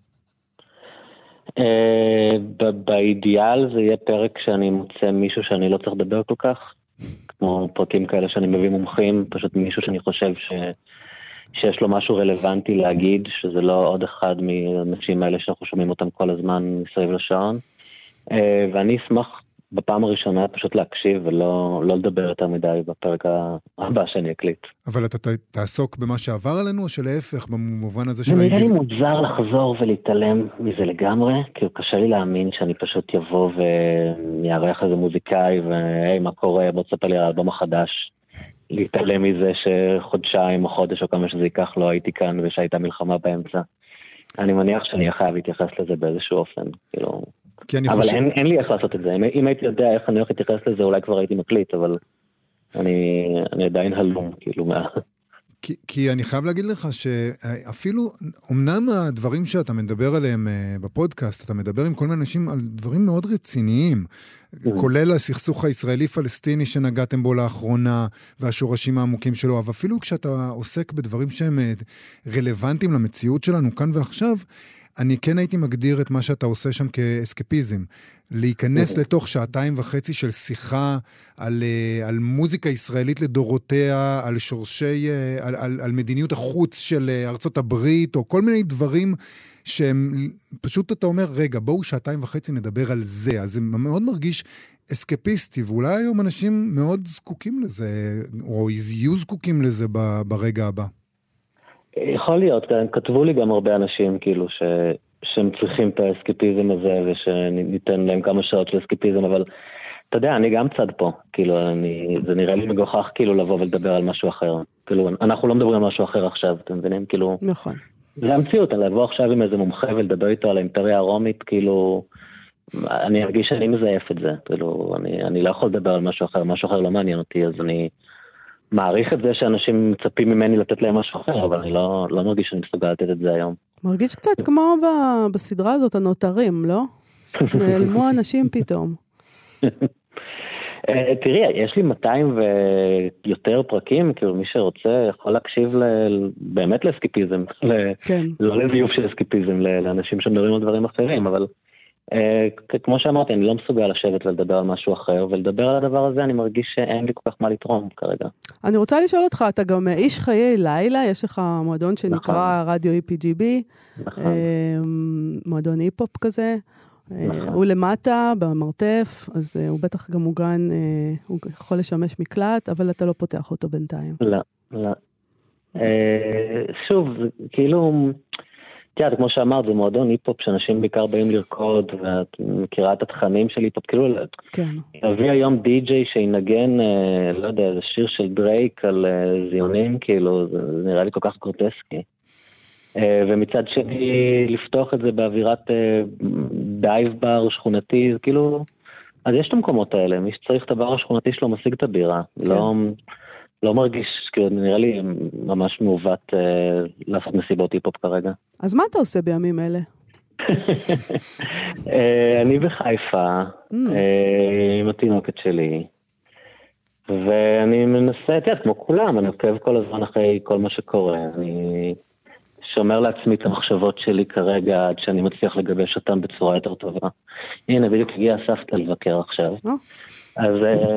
באידיאל זה יהיה פרק שאני מוצא מישהו שאני לא צריך לדבר כל כך, כמו פרקים כאלה שאני מביא מומחים, פשוט מישהו שאני חושב שיש לו משהו רלוונטי להגיד, שזה לא עוד אחד מהאנשים האלה שאנחנו שומעים אותם כל הזמן מסביב לשעון, ואני אשמח בפעם הראשונה פשוט להקשיב ולא לדבר יותר מדי בפרק הבא שאני אקליט. אבל אתה תעסוק במה שעבר עלינו, או שלהפך, במובן הזה של... זה נראה לי מוזר לחזור ולהתעלם מזה לגמרי, כי קשה לי להאמין שאני פשוט יבוא ויערך איזה מוזיקאי, והי, מה קורה, בוא תספר לי על האלבום החדש, להתעלם מזה שחודשיים או חודש או כמה שזה ייקח לא הייתי כאן ושהייתה מלחמה באמצע. אני מניח שאני חייב להתייחס לזה באיזשהו אופן, כאילו... אבל אין לי איך לעשות את זה. אם הייתי יודע איך אני הולך להתייחס לזה, אולי כבר הייתי מקליט, אבל אני עדיין הלום, כאילו מה... כי אני חייב להגיד לך שאפילו, אמנם הדברים שאתה מדבר עליהם בפודקאסט, אתה מדבר עם כל מיני אנשים על דברים מאוד רציניים, כולל הסכסוך הישראלי-פלסטיני שנגעתם בו לאחרונה, והשורשים העמוקים שלו, אבל אפילו כשאתה עוסק בדברים שהם רלוונטיים למציאות שלנו כאן ועכשיו, אני כן הייתי מגדיר את מה שאתה עושה שם כאסקפיזם. להיכנס לתוך 2.5 של שיחה על מוזיקה ישראלית לדורותיה, על שורשי, על מדיניות החוץ של ארצות הברית, או כל מיני דברים שהם פשוט אתה אומר, רגע, בואו 2.5 נדבר על זה. אז זה מאוד מרגיש אסקפיסטי, ואולי היום אנשים מאוד זקוקים לזה, או יהיו זקוקים לזה ברגע הבא. יכול להיות, כתבו לי גם הרבה אנשים כאילו שהם צריכים את האסקפיזם הזה ושניתן להם כמה שעות של אסקפיזם, אבל אתה יודע, אני גם צד פה, כאילו זה נראה לי מגוחך כאילו לבוא ולדבר על משהו אחר, כאילו אנחנו לא מדברים על משהו אחר עכשיו, אתם מבינים? כאילו, נכון. זה המציאות, אני לבוא עכשיו עם איזה מומחה ולדבר איתו על האימפריה הרומית, כאילו, אני ארגיש שאני מזייף את זה, כאילו, אני לא יכול לדבר על משהו אחר לא מעניין אותי, אז אני... מעריך את זה שאנשים מצפים ממני לתת להם משהו אחר, אבל אני לא מרגיש שאני מסוגל לתת את זה היום. מרגיש קצת כמו בסדרה הזאת, הנותרים, לא? נעלמו אנשים פתאום. תראי, יש לי 200 ויותר פרקים, כאילו מי שרוצה יכול להקשיב באמת לאסקיפיזם, לא לזיוף של אסקיפיזם, לאנשים שמדברים על דברים אחרים, אבל כמו שאמרתי, אני לא מסוגל לשבת ולדבר על משהו אחר, ולדבר על הדבר הזה אני מרגיש שאין לי כל כך מה לתרום כרגע. אני רוצה לשאול אותך, אתה גם איש חיי לילה, יש לך מועדון שנקרא רדיו EPGB, מועדון היפ-הופ כזה, הוא למטה במרתף, אז הוא בטח גם מוגן, הוא יכול לשמש מקלט, אבל אתה לא פותח אותו בינתיים. לא. שוב, כאילו... תראה, כמו שאמרת, זה מועדון היפ-הופ שאנשים בעיקר באים לרקוד, ואת מכירה את התכנים של היפ-הופ, כאילו, תביא היום די-ג'יי שינגן, לא יודע, זה שיר של דרייק על זיונים, כאילו, זה נראה לי כל כך גרוטסקי. ומצד שני, לפתוח את זה באווירת דייב בר שכונתי, כאילו, אז יש את המקומות האלה, מי שצריך את הבר השכונתי שלו משיג את הבירה, לא מרגיש, כאילו נראה לי ממש מעוות לעשות מסיבות היפ-הופ כרגע. אז מה אתה עושה בימים אלה? אני בחיפה, עם התינוקת שלי, ואני מנסה, כמו כולם, אני עוקב כל הזמן אחרי כל מה שקורה, אני שומר לעצמי את המחשבות שלי כרגע, עד שאני מצליח לגבש אותם בצורה יותר טובה. הנה, בדיוק הגיע הסבתא לבקר עכשיו. אז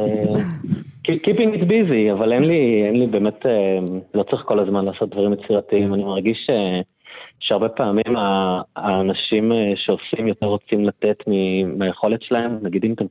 keeping it busy, אבל אין לי באמת, לא צריך כל הזמן לעשות דברים יצירתיים. אני מרגיש שהרבה פעמים האנשים שעושים יותר רוצים לתת מהיכולת שלהם. נגיד אם אתם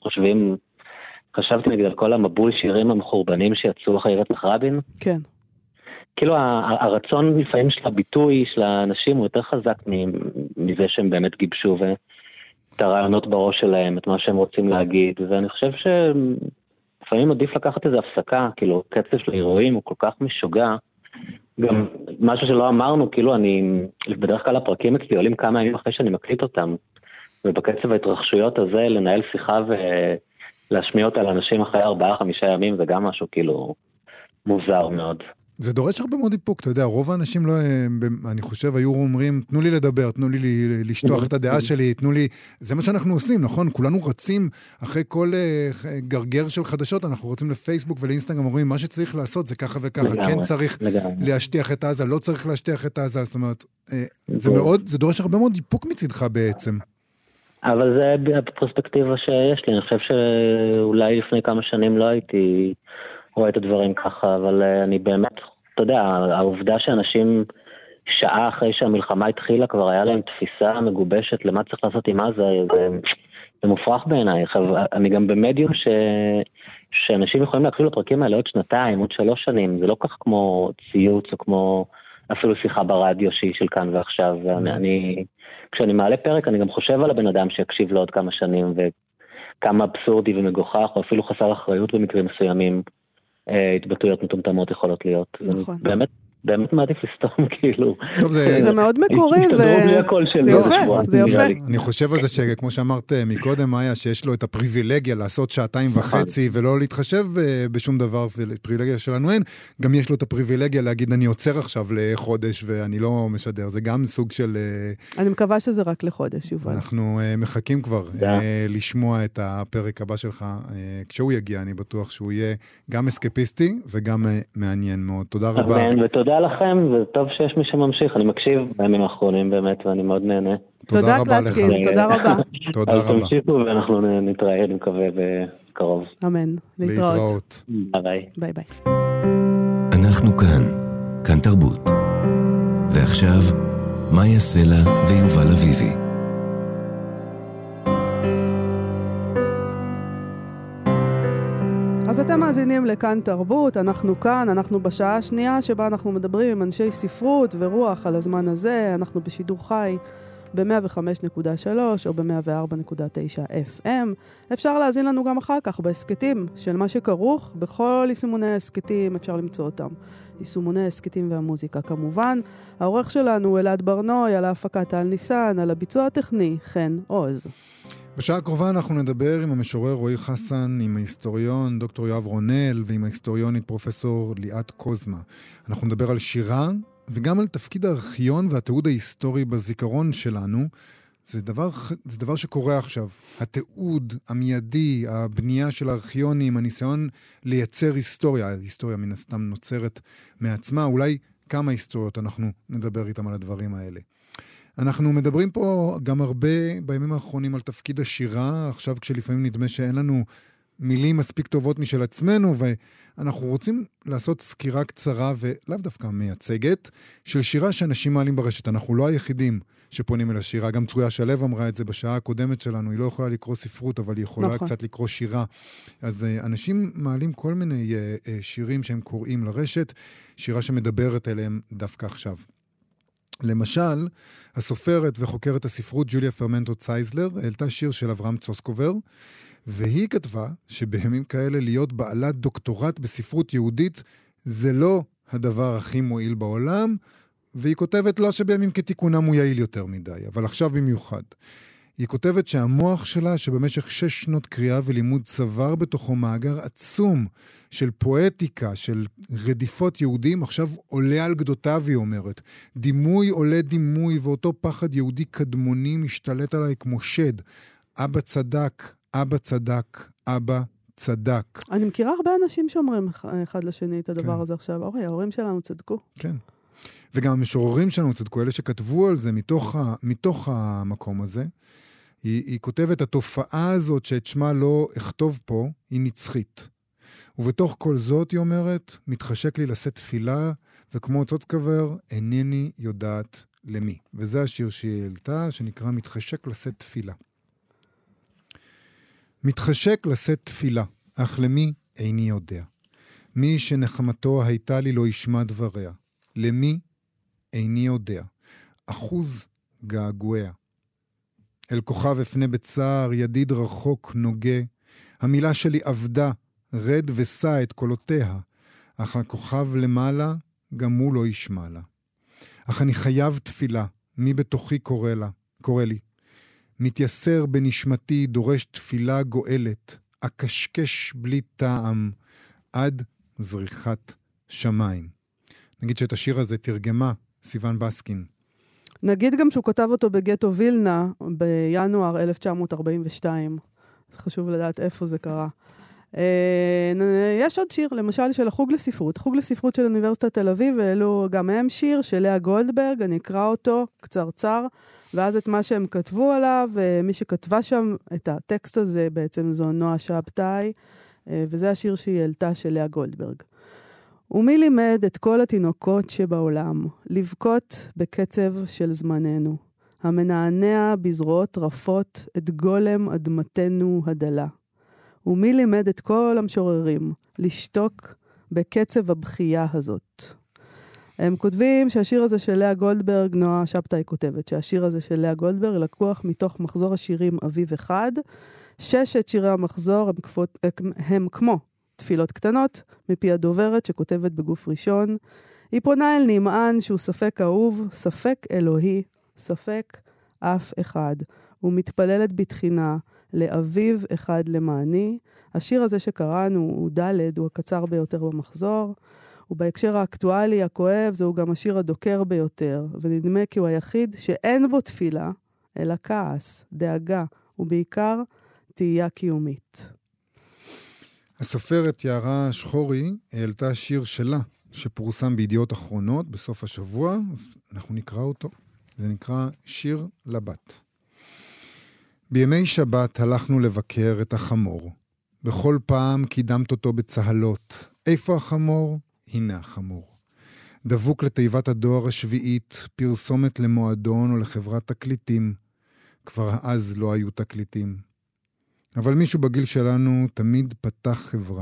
חשבתי נגיד על כל המבול שירים המחורבנים שיצאו אחרי רצח רבין. כן. כאילו הרצון לפעמים של הביטוי של האנשים הוא יותר חזק מזה שהם באמת גיבשו את הרעיונות בראש שלהם, את מה שהם רוצים להגיד, ואני חושב שלפעמים עדיף לקחת איזו הפסקה, כאילו קצב של אירועים הוא כל כך משוגע, גם משהו שלא אמרנו, כאילו בדרך כלל הפרקים אצלי עולים כמה ימים אחרי שאני מקליט אותם, ובקצב ההתרחשויות הזה לנהל שיחה ולהשמיע אותה לאנשים אחרי 4-5 ימים, זה גם משהו כאילו מוזר מאוד. זה דורש הרבה מאוד איפוק, אתה יודע, רוב האנשים לא, אני חושב, היו אומרים, תנו לי לדבר, תנו לי לשטוח את הדעה שלי, תנו לי, זה מה שאנחנו עושים, נכון? כולנו רצים אחרי כל גרגר של חדשות, אנחנו רוצים לפייסבוק ולאינסטגרם, אומרים, מה שצריך לעשות זה ככה וככה, כן צריך להשטיח את עזה, לא צריך להשטיח את עזה, זאת אומרת, זה דורש הרבה מאוד איפוק מצדך בעצם. אבל זה הפרספקטיבה שיש לי, אני חושב שאולי לפני כמה שנים לא הייתי רואה את הדברים ככה, אבל אני באמת, אתה יודע, העובדה שאנשים שעה אחרי שהמלחמה התחילה, כבר היה להם תפיסה מגובשת למה צריך לעשות עם עזה, זה מופרך בעיניי. אני גם במדיום שאנשים יכולים להקשיב לפרקים האלה עוד 2, עוד 3 שנים, זה לא כך כמו ציוץ, או כמו אפילו שיחה ברדיו שהיא של כאן ועכשיו, כשאני מעלה פרק, אני גם חושב על הבן אדם שיקשיב לו עוד כמה שנים, וכמה אבסורדי ומגוחך, או אפילו חסר אחריות במקרים מסוימים, התבטאויות מטומטמות יכולות להיות. נכון. באמת מעדיף לסתום, כאילו. טוב, זה מאוד מקורי, זה יפה. אני חושב על זה שכמו שאמרת מקודם, מאיה, שיש לו את הפריבילגיה לעשות 2.5 ולא להתחשב בשום דבר, פריבילגיה שלנו אין, גם יש לו את הפריבילגיה להגיד, אני עוצר עכשיו לחודש ואני לא משדר. זה גם סוג של... אני מקווה שזה רק לחודש, יובל. אנחנו מחכים כבר לשמוע את הפרק הבא שלך. כשהוא יגיע, אני בטוח שהוא יהיה גם אסקפיסטי וגם מעניין מאוד. תודה רבה. ותודה לכם, וטוב שיש מי שממשיך. אני מקשיב בימים האחרונים באמת, ואני מאוד נהנה. תודה קלצ'קין, תודה רבה. תודה רבה. אז תמשיכו ואנחנו נתראה, אני מקווה, בקרוב. אמן, להתראות. ביי. ביי ביי. אנחנו כאן תרבות. ועכשיו, מאיה סלע ויובל אביבי. אז אתם מאזינים לכאן תרבות, אנחנו כאן, אנחנו בשעה השנייה שבה אנחנו מדברים עם אנשי ספרות ורוח על הזמן הזה, אנחנו בשידור חי ב-105.3 או ב-104.9 FM. אפשר להזין לנו גם אחר כך בהסקטים של מה שכרוך, בכל יישומוני ההסקטים אפשר למצוא אותם. יישומוני ההסקטים והמוזיקה כמובן. העורך שלנו הוא אלעד ברנוי, על ההפקת על ניסן, על הביצוע הטכני, חן עוז. בשעה הקרובה אנחנו נדבר עם המשורר רועי חסן, עם ההיסטוריון דוקטור יואב רונל ועם ההיסטוריונית פרופסור ליאת קוזמה. אנחנו נדבר על שירה וגם על תפקיד הארכיון והתיעוד ההיסטורי בזיכרון שלנו. זה דבר שקורה עכשיו. התיעוד המיידי, הבנייה של הארכיונים, הניסיון לייצר היסטוריה. ההיסטוריה מן הסתם נוצרת מעצמה. אולי כמה היסטוריות אנחנו נדבר איתם על הדברים האלה. אנחנו מדברים פה גם הרבה בימים האחרונים על תפקיד השירה, עכשיו כשלפעמים נדמה שאין לנו מילים מספיק טובות משל עצמנו, ואנחנו רוצים לעשות סקירה קצרה ולאו דווקא מייצגת, של שירה שאנשים מעלים ברשת. אנחנו לא היחידים שפונים אל השירה, גם צרויה שלו אמרה את זה בשעה הקודמת שלנו, היא לא יכולה לקרוא ספרות, אבל היא יכולה נכון. קצת לקרוא שירה. אז אנשים מעלים כל מיני שירים שהם קוראים לרשת, שירה שמדברת אליהם דווקא עכשיו. למשל, הסופרת וחוקרת הספרות ג'וליה פרמנטו צייזלר העלתה שיר של אברהם צוסקובר, והיא כתבה שבימים כאלה להיות בעלת דוקטורט בספרות יהודית זה לא הדבר הכי מועיל בעולם, והיא כותבת לא שבימים כתיקונם הוא יעיל יותר מדי, אבל עכשיו במיוחד. היא כותבת שהמוח שלה, שבמשך 6 שנות קריאה ולימוד צבר בתוכו מאגר עצום של פואטיקה, של רדיפות יהודים, עכשיו עולה על גדותיו, היא אומרת. דימוי עולה דימוי, ואותו פחד יהודי קדמוני משתלט עליי כמו שד. אבא צדק, אבא צדק, אבא צדק. אני מכירה הרבה אנשים שאומרים אחד לשני את הדבר הזה עכשיו. ההורים שלנו צדקו. כן. וגם המשוררים שלנו צדקו, אלה שכתבו על זה מתוך המקום הזה, היא כותבת, התופעה הזאת שאת שמה לא אכתוב פה, היא נצחית. ובתוך כל זאת, היא אומרת, מתחשק לי לשאת תפילה, וכמו צוצקבר, אינני יודעת למי. וזה השיר שהיא העלתה, שנקרא מתחשק לשאת תפילה. מתחשק לשאת תפילה, אך למי איני יודע. מי שנחמתו הייתה לי לא ישמע דבריה. למי איני יודע. אחוז געגועיה. אל כוכב אפנה בצער, ידיד רחוק נוגה. המילה שלי עבדה, רד ושא את קולותיה. אך הכוכב למעלה, גם הוא לא ישמע לה. אך אני חייב תפילה, מי בתוכי קורא לי. מתייסר בנשמתי, דורש תפילה גואלת, אקשקש בלי טעם, עד זריחת שמיים. נגיד שאת השיר הזה תרגמה סיוון בסקין. נגיד גם שהוא כתב אותו בגטו וילנה בינואר 1942. אז חשוב לדעת איפה זה קרה. יש עוד שיר, למשל של החוג לספרות. חוג לספרות של אוניברסיטת תל אביב, ואלו גם הם שיר של לאה גולדברג, אני אקרא אותו קצרצר, ואז את מה שהם כתבו עליו, מי שכתבה שם את הטקסט הזה בעצם זו נועה שבתאי, וזה השיר שהיא העלתה של לאה גולדברג. ומי לימד את כל התינוקות שבעולם לבכות בקצב של זמננו, המנענע בזרועות רפות את גולם אדמתנו הדלה. ומי לימד את כל המשוררים לשתוק בקצב הבכייה הזאת. הם כותבים שהשיר הזה של לאה גולדברג, נועה שבתאי כותבת, שהשיר הזה של לאה גולדברג לקוח מתוך מחזור השירים אביב אחד. 6 שירי המחזור הם כמו תפילות קטנות, מפי הדוברת שכותבת בגוף ראשון. היא פונה אל נמען שהוא ספק אהוב, ספק אלוהי, ספק אף אחד. ומתפללת בתחינה לאביב אחד למעני. השיר הזה שקראנו הוא ד', הוא הקצר ביותר במחזור. ובהקשר האקטואלי, הכואב, זהו גם השיר הדוקר ביותר, ונדמה כי הוא היחיד שאין בו תפילה, אלא כעס, דאגה, ובעיקר תהייה קיומית. הסופרת יערה שחורי העלתה שיר שלה, שפורסם בידיעות אחרונות בסוף השבוע, אז אנחנו נקרא אותו. זה נקרא שיר לבת. בימי שבת הלכנו לבקר את החמור. בכל פעם קידמת אותו בצהלות. איפה החמור? הנה החמור. דבוק לתיבת הדואר השביעית, פרסומת למועדון או לחברת תקליטים. כבר אז לא היו תקליטים. אבל מישהו בגיל שלנו תמיד פתח חברה.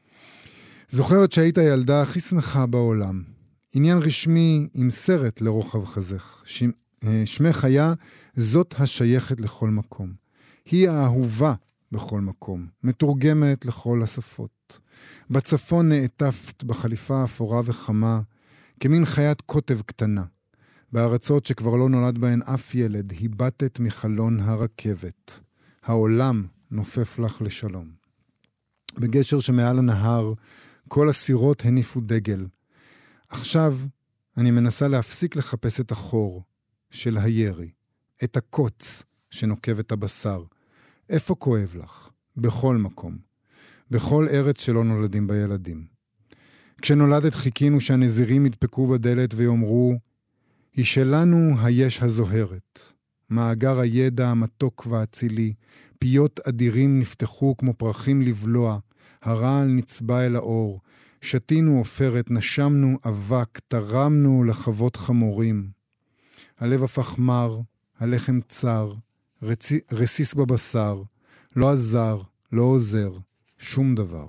זוכרת שהיית הילדה הכי שמחה בעולם. עניין רשמי עם סרט לרוחב חזך. שמך היה זאת השייכת לכל מקום. היא האהובה בכל מקום, מתורגמת לכל השפות. בצפון נעטפת בחליפה אפורה וחמה, כמין חיית קוטב קטנה. בארצות שכבר לא נולד בהן אף ילד, היבטת מחלון הרכבת. העולם נופף לך לשלום. בגשר שמעל הנהר, כל הסירות הניפו דגל. עכשיו אני מנסה להפסיק לחפש את החור של הירי, את הקוץ שנוקב את הבשר. איפה כואב לך? בכל מקום. בכל ארץ שלא נולדים בילדים. כשנולדת חיכינו שהנזירים ידפקו בדלת ויאמרו, היא שלנו היש הזוהרת. מאגר הידע המתוק והצילי, פיות אדירים נפתחו כמו פרחים לבלוע, הרעל נצבע אל האור, שתינו עופרת, נשמנו אבק, תרמנו לחוות חמורים. הלב הפך מר, הלחם צר, רסיס בבשר, לא עזר, לא עוזר, שום דבר.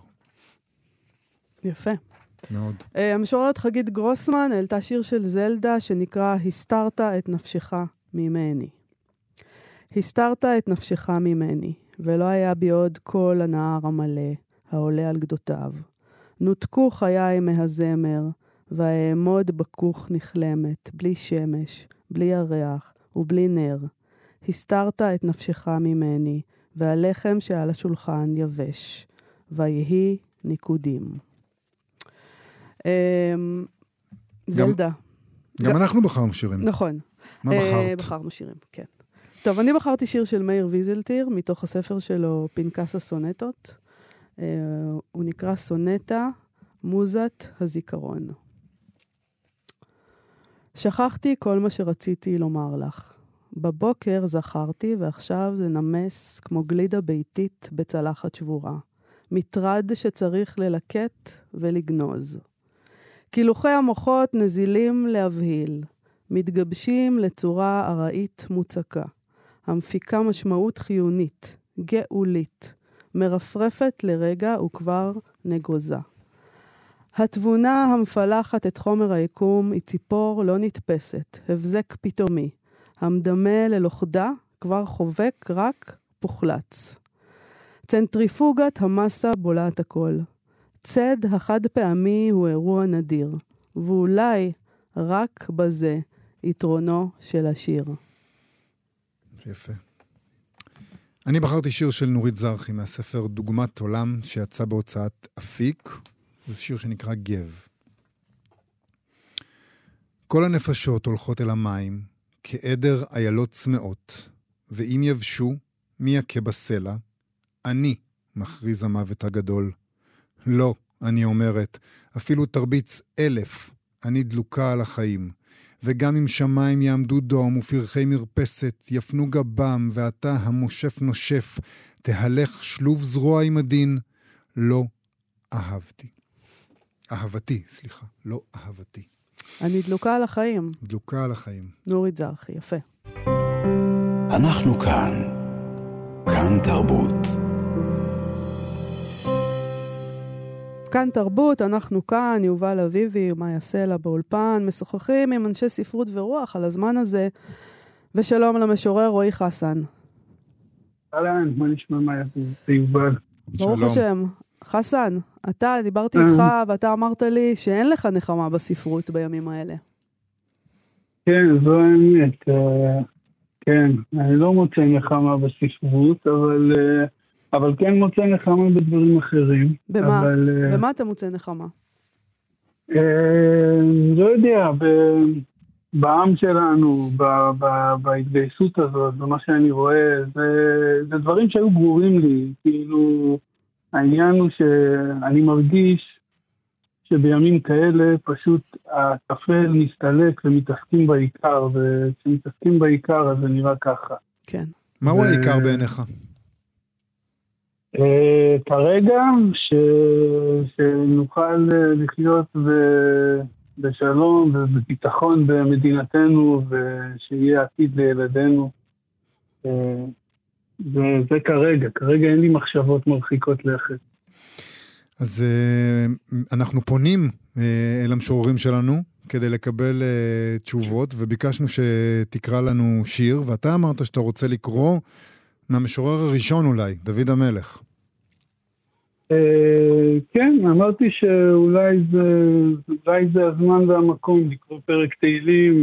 יפה. מאוד. המשוררת חגית גרוסמן העלתה שיר של זלדה שנקרא הסתרת את נפשך ממני. הסתרת את נפשך ממני, ולא היה בי עוד כל הנהר המלא, העולה על גדותיו. נותקו חיי מהזמר, והאעמוד בכוך נכלמת, בלי שמש, בלי ירח ובלי נר. הסתרת את נפשך ממני, והלחם שעל השולחן יבש, ויהי ניקודים. זלדה. גם אנחנו בחרנו שירים. נכון. מה בחרת? בחרנו שירים, כן. טוב, אני בחרתי שיר של מאיר ויזלטיר, מתוך הספר שלו, פנקס הסונטות. הוא נקרא סונטה, מוזת הזיכרון. שכחתי כל מה שרציתי לומר לך. בבוקר זכרתי ועכשיו זה נמס כמו גלידה ביתית בצלחת שבורה. מטרד שצריך ללקט ולגנוז. קילוחי המוחות נזילים להבהיל. מתגבשים לצורה ארעית מוצקה. המפיקה משמעות חיונית, גאולית. מרפרפת לרגע וכבר נגוזה. התבונה המפלחת את חומר היקום היא ציפור לא נתפסת, הבזק פתאומי. המדמה ללוכדה כבר חובק רק פוחלץ. צנטריפוגת המסה בולעת הכל. צד החד פעמי הוא אירוע נדיר, ואולי רק בזה יתרונו של השיר. יפה. אני בחרתי שיר של נורית זרחי מהספר דוגמת עולם שיצא בהוצאת אפיק. זה שיר שנקרא גב. כל הנפשות הולכות אל המים כעדר איילות צמאות, ואם יבשו, מי יקה בסלע? אני, מכריז המוות הגדול. לא, אני אומרת, אפילו תרביץ 1000, אני דלוקה על החיים. וגם אם שמיים יעמדו דום ופרחי מרפסת, יפנו גבם, ואתה המושף נושף, תהלך שלוב זרוע עם הדין, לא אהבתי. אהבתי, סליחה, לא אהבתי. אני דלוקה על החיים. דלוקה על החיים. נורית זרחי, יפה. אנחנו כאן. כאן תרבות. כאן תרבות, אנחנו כאן, יובל אביבי ומאיה סלע באולפן, משוחחים עם אנשי ספרות ורוח על הזמן הזה, ושלום למשורר רועי חסן. אהלן, מה נשמע מאיה ויובל? ברוך השם. חסן, אתה, דיברתי איתך ואתה אמרת לי שאין לך נחמה בספרות בימים האלה. כן, זו האמת. כן, אני לא מוצא נחמה בספרות, אבל כן מוצא נחמה בדברים אחרים. במה? במה אתה מוצא נחמה? לא יודע, בעם שלנו, בהתגייסות הזאת, במה שאני רואה, זה דברים שהיו ברורים לי, כאילו... העניין הוא שאני מרגיש שבימים כאלה פשוט הטפל מסתלק ומתעסקים בעיקר, וכשמתעסקים בעיקר אז זה נראה ככה. כן. מהו העיקר בעיניך? כרגע שנוכל לחיות בשלום ובביטחון במדינתנו ושיהיה עתיד לילדינו. זה כרגע אין לי מחשבות מרחיקות לכת. אז אנחנו פונים אל המשוררים שלנו כדי לקבל תשובות, וביקשנו שתקרא לנו שיר, ואתה אמרת שאתה רוצה לקרוא מהמשורר הראשון אולי, דוד המלך. כן, אמרתי שאולי זה הזמן והמקום לקרוא פרק תהילים,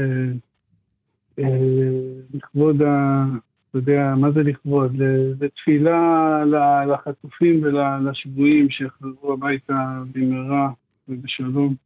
לכבוד אתה יודע, מה זה לכבוד? זה תפילה לחטופים ולשבויים שיחזרו הביתה במהרה ובשלום.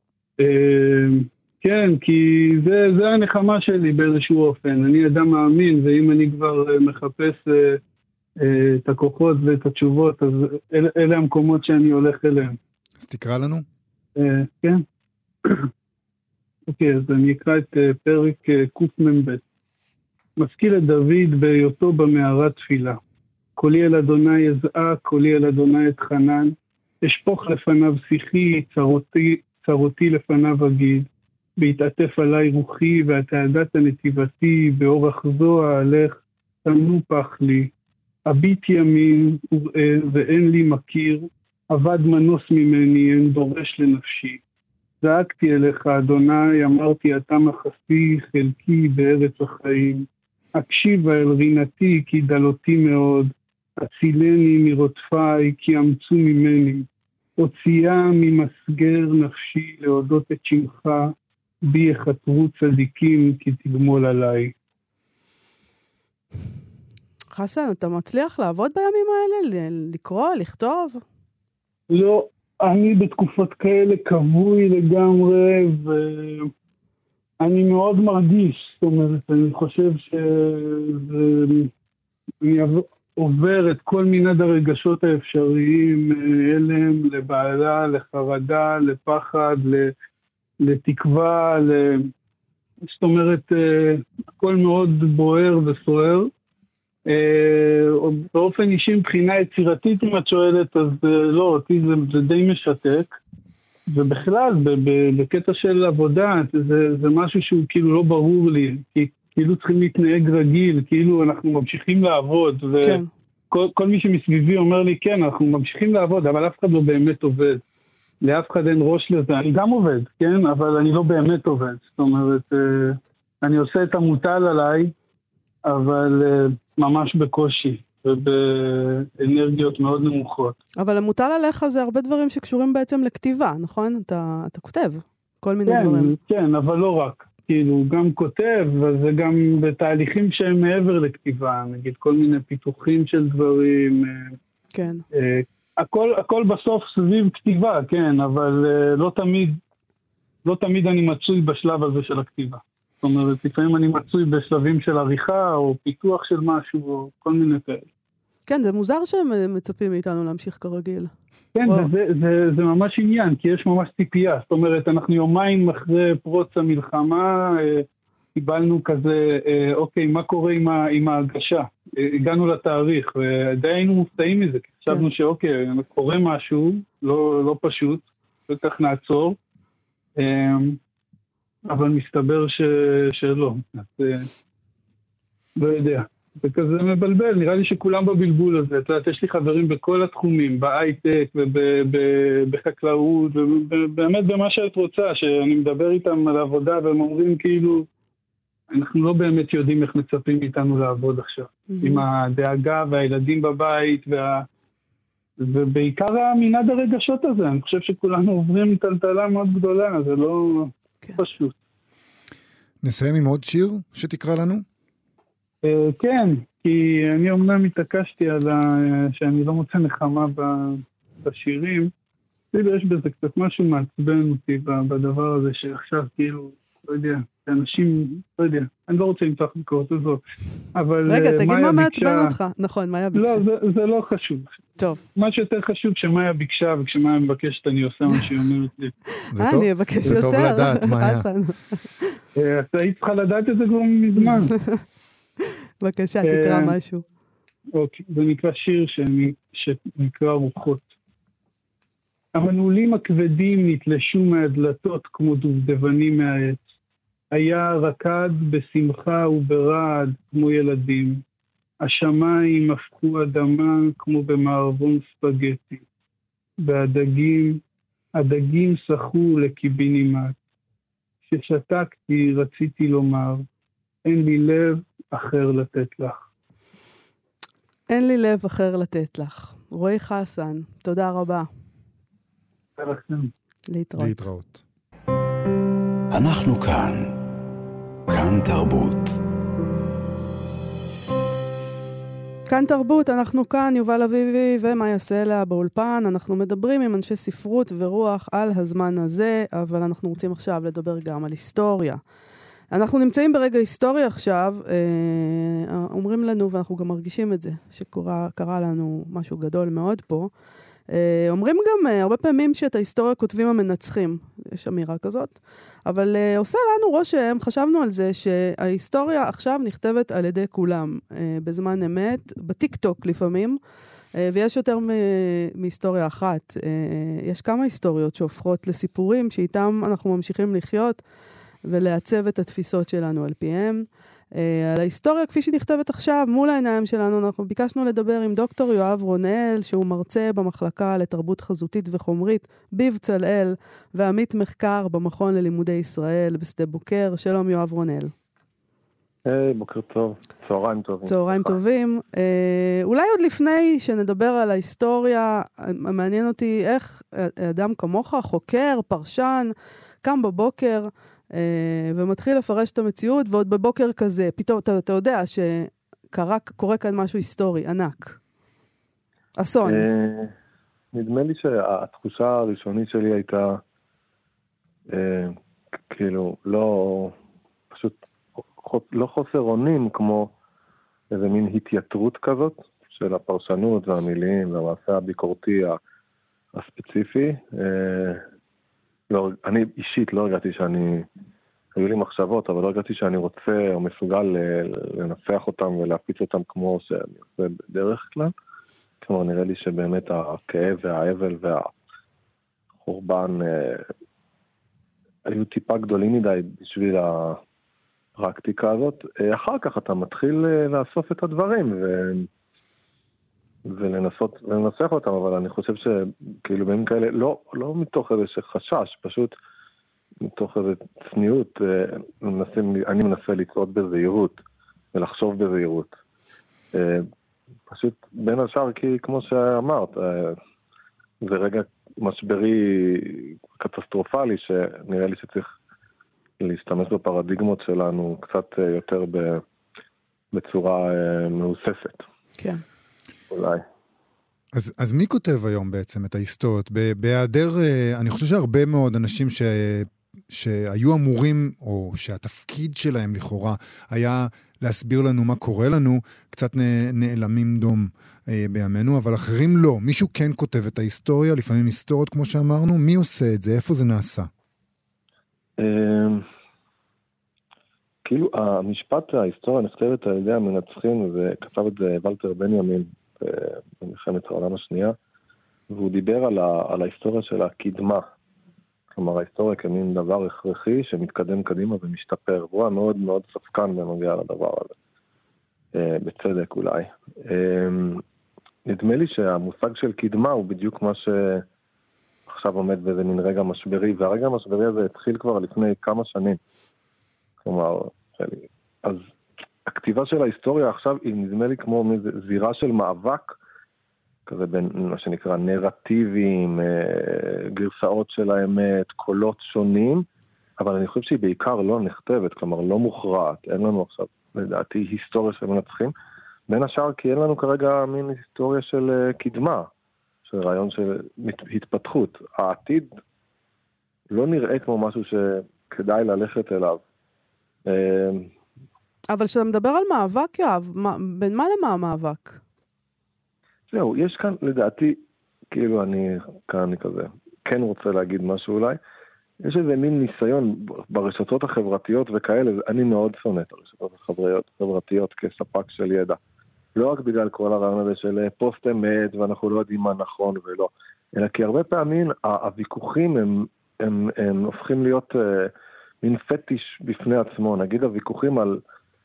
כן, כי זה הנחמה שלי באיזשהו אופן. אני אדם מאמין, ואם אני כבר מחפש את הכוחות ואת התשובות, אז אלה המקומות שאני הולך אליהם. אז תקרא לנו. כן. אוקיי, אז אני אקרא את פרק קמ"ב. משכיל את דוד בהיותו במערת תפילה. קולי אל אדוני יזעק, קולי אל אדוני אתחנן, אשפוך לפניו שיחי, צרותי לפניו אגיד, בהתעטף עליי רוחי, ואתה ידעת נתיבתי, באורח זו אהלך, תנופח לי, אביט ימין וראה ואין לי מכיר, אבד מנוס ממני, אין דורש לנפשי. זעקתי אליך, אדוני, אמרתי, אתה מחסי, חלקי בארץ החיים. הקשיבה אל רינתי, כי דלותי מאוד. הצילני מרודפיי, כי אמצו ממני. הוציאה ממסגר נפשי להודות את שמך, בי יחתרו צדיקים, כי תגמול עליי. חסן, אתה מצליח לעבוד בימים האלה? לקרוא, לכתוב? לא. אני בתקופות כאלה קבוי לגמרי, ואני מאוד מרגיש, זאת אומרת, אני חושב שאני עובר את כל מנעד הרגשות האפשריים, אליהם, לבעלה, לחרדה, לפחד, לתקווה, זאת אומרת, הכל מאוד בוער וסוער. באופן אישי מבחינה יצירתית, אם את שואלת, אז לא, אותי זה די משתק. ובכלל, בקטע של עבודה, זה משהו שהוא כאילו לא ברור לי, כי כאילו צריכים להתנהג רגיל, כאילו אנחנו ממשיכים לעבוד, וכל מי שמסביבי אומר לי, כן, אנחנו ממשיכים לעבוד, אבל אף אחד לא באמת עובד. לאף אחד אין ראש לזה, אני גם עובד, כן, אבל אני לא באמת עובד. זאת אומרת, אני עושה את המוטל עליי, אבל ממש בקושי, ובאנרגיות מאוד נמוכות. אבל המוטל עליך זה הרבה דברים שקשורים בעצם לכתיבה, נכון? אתה כותב כל מיני דברים. כן, אבל לא רק. כאילו, גם כותב, וזה גם בתהליכים שהם מעבר לכתיבה, נגיד כל מיני פיתוחים של דברים. כן. הכל בסוף סביב כתיבה, כן, אבל לא תמיד אני מצוי בשלב הזה של הכתיבה. זאת אומרת, לפעמים אני מצוי בשלבים של עריכה, או פיתוח של משהו, או כל מיני כאלה. כן, זה מוזר שהם מצפים מאיתנו להמשיך כרגיל. כן, זה ממש עניין, כי יש ממש ציפייה. זאת אומרת, אנחנו יומיים אחרי פרוץ המלחמה, קיבלנו כזה, אוקיי, מה קורה עם ההגשה? הגענו לתאריך, ודי היינו מופתעים מזה, כי חשבנו שאוקיי, קורה משהו, לא פשוט, וכך נעצור. אבל מסתבר שלא. לא יודע. זה כזה מבלבל, נראה לי שכולם בבלבול הזה. אתה יודעת, יש לי חברים בכל התחומים, בהייטק ובחקלאות, ובאמת במה שאת רוצה, שאני מדבר איתם על העבודה, והם אומרים כאילו, אנחנו לא באמת יודעים איך מצפים איתנו לעבוד עכשיו. עם הדאגה והילדים בבית, ובעיקר המנעד הרגשות הזה. אני חושב שכולנו עוברים טלטלה מאוד גדולה, זה לא פשוט. נסיים עם עוד שיר שתקרא לנו? כן, כי אני אומנם התעקשתי על שאני לא מוצא נחמה בשירים. יש בזה קצת משהו מעצבן אותי בדבר הזה שעכשיו כאילו, לא יודע, אנשים, לא יודע, אני לא רוצה למצוא ביקורת הזאת, אבל רגע, תגיד מה מעצבן אותך. נכון, מאיה ביקשה. לא, זה לא חשוב. טוב. מה שיותר חשוב שמאיה ביקשה, וכשמאיה מבקשת אני עושה מה שהיא אומרת לי. אני אבקש יותר. זה טוב לדעת, מאיה. אתה היית צריכה לדעת את זה כבר מזמן. בבקשה, תקרא משהו. אוקיי, זה נקרא שיר שנקרא רוחות. המנעולים הכבדים נתלשו מהדלתות כמו דובדבנים מהעץ. היה רקד בשמחה וברעד כמו ילדים. השמיים הפכו אדמה כמו במערבון ספגטי. והדגים שחו לקיבינימט. כששתקתי רציתי לומר, אין לי לב אחר לתת לך. אין לי לב אחר לתת לך. רועי חסן, תודה רבה. תודה לכם. להתראות. אנחנו כאן תרבות. כאן תרבות, אנחנו כאן, יובל אביבי ומאיה סלע באולפן. אנחנו מדברים עם אנשי ספרות ורוח על הזמן הזה, אבל אנחנו רוצים עכשיו לדבר גם על היסטוריה. אנחנו נמצאים ברגע היסטורי עכשיו, אומרים לנו, ואנחנו גם מרגישים את זה, שקרה לנו משהו גדול מאוד פה. אומרים גם הרבה פעמים שאת ההיסטוריה כותבים המנצחים, יש אמירה כזאת, אבל עושה לנו רושם, חשבנו על זה, שההיסטוריה עכשיו נכתבת על ידי כולם, בזמן אמת, בטיק-טוק לפעמים, ויש יותר מהיסטוריה אחת. יש כמה היסטוריות שהופכות לסיפורים שאיתם אנחנו ממשיכים לחיות, ולעצב את התפיסות שלנו על פיהם. על ההיסטוריה כפי שהיא נכתבת עכשיו, מול העיניים שלנו, אנחנו ביקשנו לדבר עם דוקטור יואב רונאל, שהוא מרצה במחלקה לתרבות חזותית וחומרית בבצלאל, ועמית מחקר במכון ללימודי ישראל בשדה בוקר. שלום יואב רונאל. היי, בוקר טוב. צהריים טובים. צהריים טובים. אולי עוד לפני שנדבר על ההיסטוריה, מעניין אותי איך אדם כמוך, חוקר, פרשן, קם בבוקר, ומתחיל לפרש את המציאות, ועוד בבוקר כזה, פתאום אתה יודע שקורה כאן משהו היסטורי, ענק. אסון. נדמה לי שהתחושה הראשונית שלי הייתה, כאילו, פשוט לא חוסר אונים, כמו איזה מין התייתרות כזאת, של הפרשנות והמילים, והמעשה הביקורתי הספציפי, לא, אני אישית לא הרגעתי היו לי מחשבות, אבל לא הרגעתי שאני רוצה או מסוגל לנסח אותם ולהפיץ אותם כמו שאני עושה בדרך כלל. כלומר, נראה לי שבאמת הכאב והאבל והחורבן היו טיפה גדולים מדי בשביל הפרקטיקה הזאת. אחר כך אתה מתחיל לאסוף את הדברים ולנסח אותם, אבל אני חושב שכאילו בימים כאלה, לא מתוך איזה חשש, פשוט מתוך איזה צניעות, אני מנסה לצעוד בזהירות ולחשוב בזהירות. פשוט בין השאר, כי כמו שאמרת, זה רגע משברי קטסטרופלי, שנראה לי שצריך להשתמש בפרדיגמות שלנו קצת יותר בצורה מאוספת. כן. אולי. אז מי כותב היום בעצם את ההיסטוריות? בהיעדר, אני חושב שהרבה מאוד אנשים שהיו אמורים, או שהתפקיד שלהם לכאורה היה להסביר לנו מה קורה לנו, קצת נעלמים דום בימינו, אבל אחרים לא. מישהו כן כותב את ההיסטוריה, לפעמים היסטוריות כמו שאמרנו. מי עושה את זה? איפה זה נעשה? כאילו המשפט ההיסטוריה נכתבת על ידי המנצחים, וכתב את זה ולטר בנימין במלחמת העולם השנייה, והוא דיבר על ההיסטוריה של הקדמה. כלומר, ההיסטוריה כמין דבר הכרחי שמתקדם קדימה ומשתפר. והוא היה מאוד מאוד ספקן בנוגע לדבר הזה. בצדק אולי. נדמה לי שהמושג של קדמה הוא בדיוק מה שעכשיו עומד באיזה מין רגע משברי, והרגע המשברי הזה התחיל כבר לפני כמה שנים. כלומר, אז הכתיבה של ההיסטוריה עכשיו היא נדמה לי כמו זירה של מאבק, כזה בין מה שנקרא נרטיבים, גרסאות של האמת, קולות שונים, אבל אני חושב שהיא בעיקר לא נכתבת, כלומר לא מוכרעת, אין לנו עכשיו, לדעתי, היסטוריה של מנצחים, בין השאר כי אין לנו כרגע מין היסטוריה של קדמה, של רעיון של התפתחות. העתיד לא נראה כמו משהו שכדאי ללכת אליו. אבל כשאתה מדבר על מאבק, יואב, בין מה למה המאבק? זהו, יש כאן, לדעתי, כאילו אני כזה, כן רוצה להגיד משהו אולי, יש איזה מין ניסיון ברשתות החברתיות וכאלה, אני מאוד שונא את הרשתות החברתיות כספק של ידע. לא רק בגלל כל הרעיון הזה של פוסט אמת, ואנחנו לא יודעים מה נכון ולא, אלא כי הרבה פעמים הוויכוחים הם הופכים להיות מין פטיש בפני עצמו. נגיד הוויכוחים על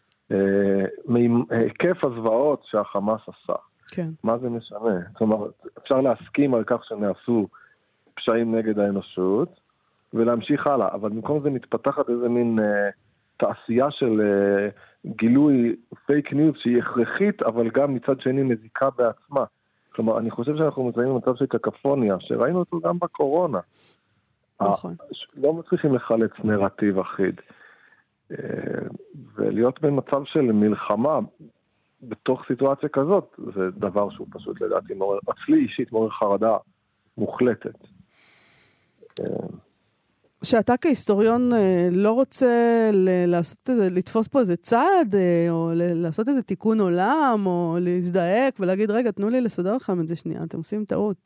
היקף הזוועות שהחמאס עשה. כן. מה זה משנה? זאת אומרת, אפשר להסכים על כך שנעשו פשעים נגד האנושות, ולהמשיך הלאה, אבל במקום זה מתפתחת איזה מין תעשייה של גילוי פייק ניוז שהיא הכרחית, אבל גם מצד שני מזיקה בעצמה. כלומר, אני חושב שאנחנו מצאים במצב של קקפוניה, שראינו אותו גם בקורונה. נכון. לא מצליחים לחלץ נרטיב אחיד. ולהיות במצב של מלחמה בתוך סיטואציה כזאת, זה דבר שהוא פשוט לדעתי מעורר, אצלי אישית מעורר חרדה מוחלטת. שאתה כהיסטוריון לא רוצה לעשות איזה, לתפוס פה איזה צעד, או לעשות איזה תיקון עולם, או להזדעק ולהגיד, רגע, תנו לי לסדר לכם את זה שנייה, אתם עושים טעות.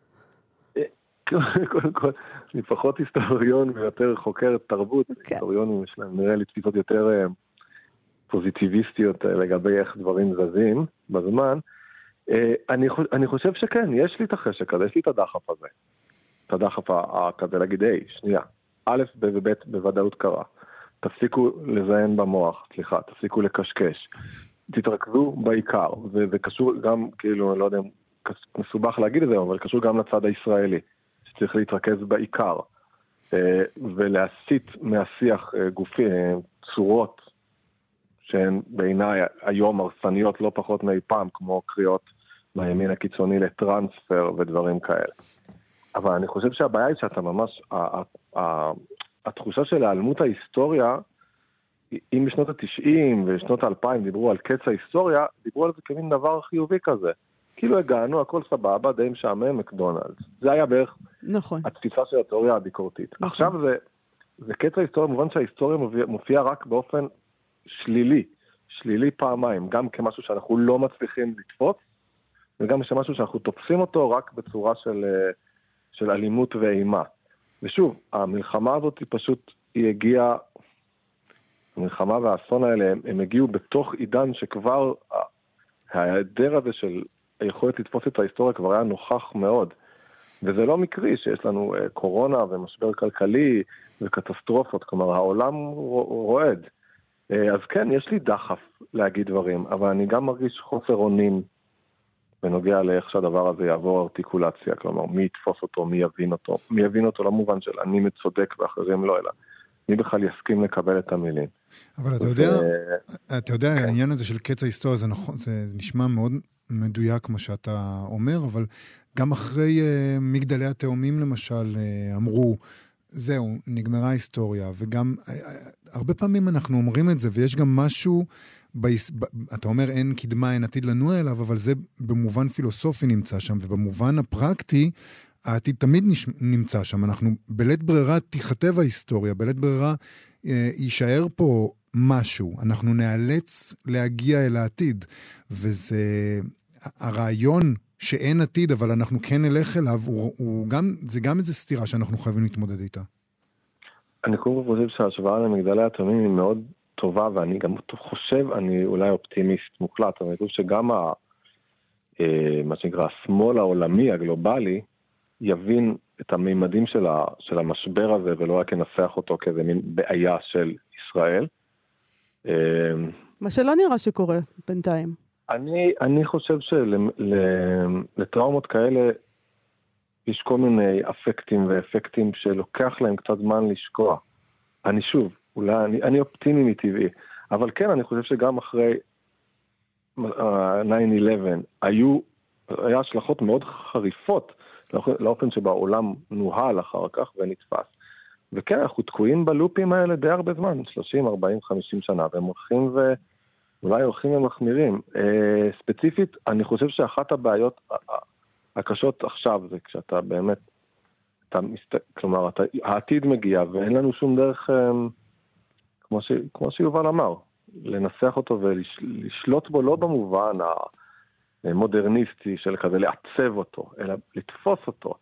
קודם כל, אני פחות היסטוריון ויותר חוקר תרבות, היסטוריונים יש להם נראה לי תפיסות יותר פוזיטיביסטיות לגבי איך דברים זזים בזמן. אני חושב שכן, יש לי את החשק הזה, יש לי את הדחף הזה. את הדחף כזה להגיד, שנייה, א' וב' בוודאות קרה. תפסיקו לזיין במוח, תפסיקו לקשקש. תתרכזו בעיקר, וקשור גם, כאילו, אני לא יודע, מסובך להגיד את זה, אבל קשור גם לצד הישראלי, שצריך להתרכז בעיקר, ולהסיט מהשיח גופי, צורות, שהן בעיניי היום הרסניות לא פחות מאי פעם, כמו קריאות מהימין הקיצוני לטרנספר ודברים כאלה. אבל אני חושב שהבעיה היא שאתה ממש, התחושה של העלמות ההיסטוריה, אם בשנות ה-90 ושנות ה-2000 דיברו על קץ ההיסטוריה, דיברו על זה כמין דבר חיובי כזה. כאילו הגענו, הכל סבבה, די משעמם מקדונלדס. זה היה בערך נכון. התפיסה של התיאוריה הביקורתית. נכון. עכשיו זה קץ ההיסטוריה, במובן שההיסטוריה מופיעה רק באופן שלילי פעמיים, גם כמשהו שאנחנו לא מצליחים לתפוס, וגם כמשהו שאנחנו תופסים אותו רק בצורה של אלימות ואימה. ושוב, המלחמה הזאת היא הגיעה, המלחמה והאסון האלה, הם הגיעו בתוך עידן שכבר ההיעדר הזה של היכולת לתפוס את ההיסטוריה כבר היה נוכח מאוד. וזה לא מקרי שיש לנו קורונה ומשבר כלכלי וקטסטרופות, כלומר העולם רועד. אז כן, יש לי דחף להגיד דברים, אבל אני גם מרגיש חוסר אונים בנוגע לאיך שהדבר הזה יעבור ארטיקולציה, כלומר מי יתפוס אותו, מי יבין אותו. מי יבין אותו למובן של אני מצודק ואחרים לא, אלא מי בכלל יסכים לקבל את המילים. אבל אתה יודע, העניין הזה של קץ ההיסטוריה, זה נכון, זה נשמע מאוד מדויק כמו שאתה אומר, אבל גם אחרי מגדלי התאומים למשל אמרו, זהו, נגמרה ההיסטוריה, וגם הרבה פעמים אנחנו אומרים את זה, ויש גם משהו, אתה אומר אין קדמה, אין עתיד לנוע אליו, אבל זה במובן פילוסופי נמצא שם, ובמובן הפרקטי, העתיד תמיד נמצא שם. אנחנו בלית ברירה תיכתב ההיסטוריה, בלית ברירה יישאר פה משהו. אנחנו נאלץ להגיע אל העתיד, וזה הרעיון שאין עתיד, אבל אנחנו כן נלך אליו, זה גם איזו סתירה שאנחנו חייבים להתמודד איתה. אני קודם כל חושב שההשוואה למגדלי התאומים היא מאוד טובה, ואני גם חושב, אני אולי אופטימיסט מוחלט, אבל אני חושב שגם מה שנקרא השמאל העולמי, הגלובלי, יבין את המימדים של המשבר הזה, ולא רק ינסח אותו כאיזה מין בעיה של ישראל. מה שלא נראה שקורה בינתיים. אני חושב שלטראומות כאלה יש כל מיני אפקטים ואפקטים שלוקח להם קצת זמן לשקוע. אני שוב, אולי אני אופטימי מטבעי, אבל כן, אני חושב שגם אחרי 9/11 היה השלכות מאוד חריפות לאופן שבה העולם נוהל אחר כך ונתפס. וכן, אנחנו תקועים בלופים האלה די הרבה זמן, 30, 40, 50 שנה, והם הולכים אולי הולכים ומחמירים. ספציפית, אני חושב שאחת הבעיות הקשות עכשיו זה כשאתה באמת, כלומר, העתיד מגיע ואין לנו שום דרך, כמו שיובל אמר, לנסח אותו ולשלוט בו לא במובן המודרניסטי של כזה לעצב אותו, אלא לתפוס אותו.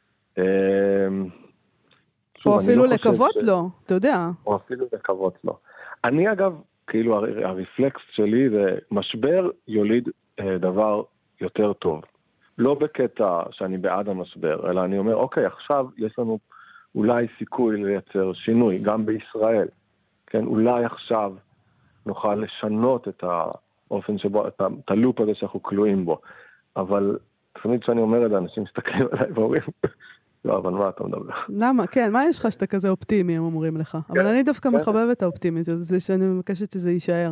או אפילו לקוות לו, אתה יודע. או אפילו לקוות לו. אני אגב, כאילו הרפלקס שלי זה משבר יוליד דבר יותר טוב. לא בקטע שאני בעד המשבר, אלא אני אומר, אוקיי, עכשיו יש לנו אולי סיכוי לייצר שינוי, גם בישראל. כן, אולי עכשיו נוכל לשנות את האופן שבו, את הלופ הזה שאנחנו כלואים בו. אבל תמיד שאני אומר את זה, אנשים מסתכלים עליי ואומרים, לא, אבל מה אתה מדבר? למה? כן, מה יש לך שאתה כזה אופטימי, הם אומרים לך? אבל אני דווקא מחבב את האופטימית, זה שאני מבקשת שזה יישאר.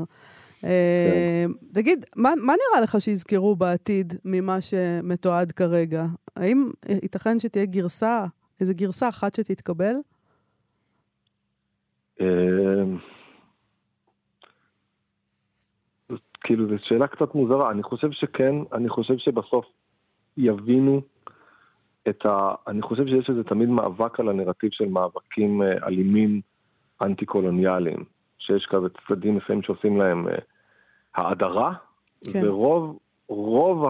תגיד, מה נראה לך שיזכרו בעתיד ממה שמתועד כרגע? האם ייתכן שתהיה גרסה, איזו גרסה אחת שתתקבל? כאילו, זו שאלה קצת מוזרה. אני חושב שכן, אני חושב שבסוף יבינו אני חושב שיש איזה תמיד מאבק על הנרטיב של מאבקים אלימים אנטי-קולוניאליים, שיש כזה צדדים לפעמים שעושים להם האדרה, כן. ורוב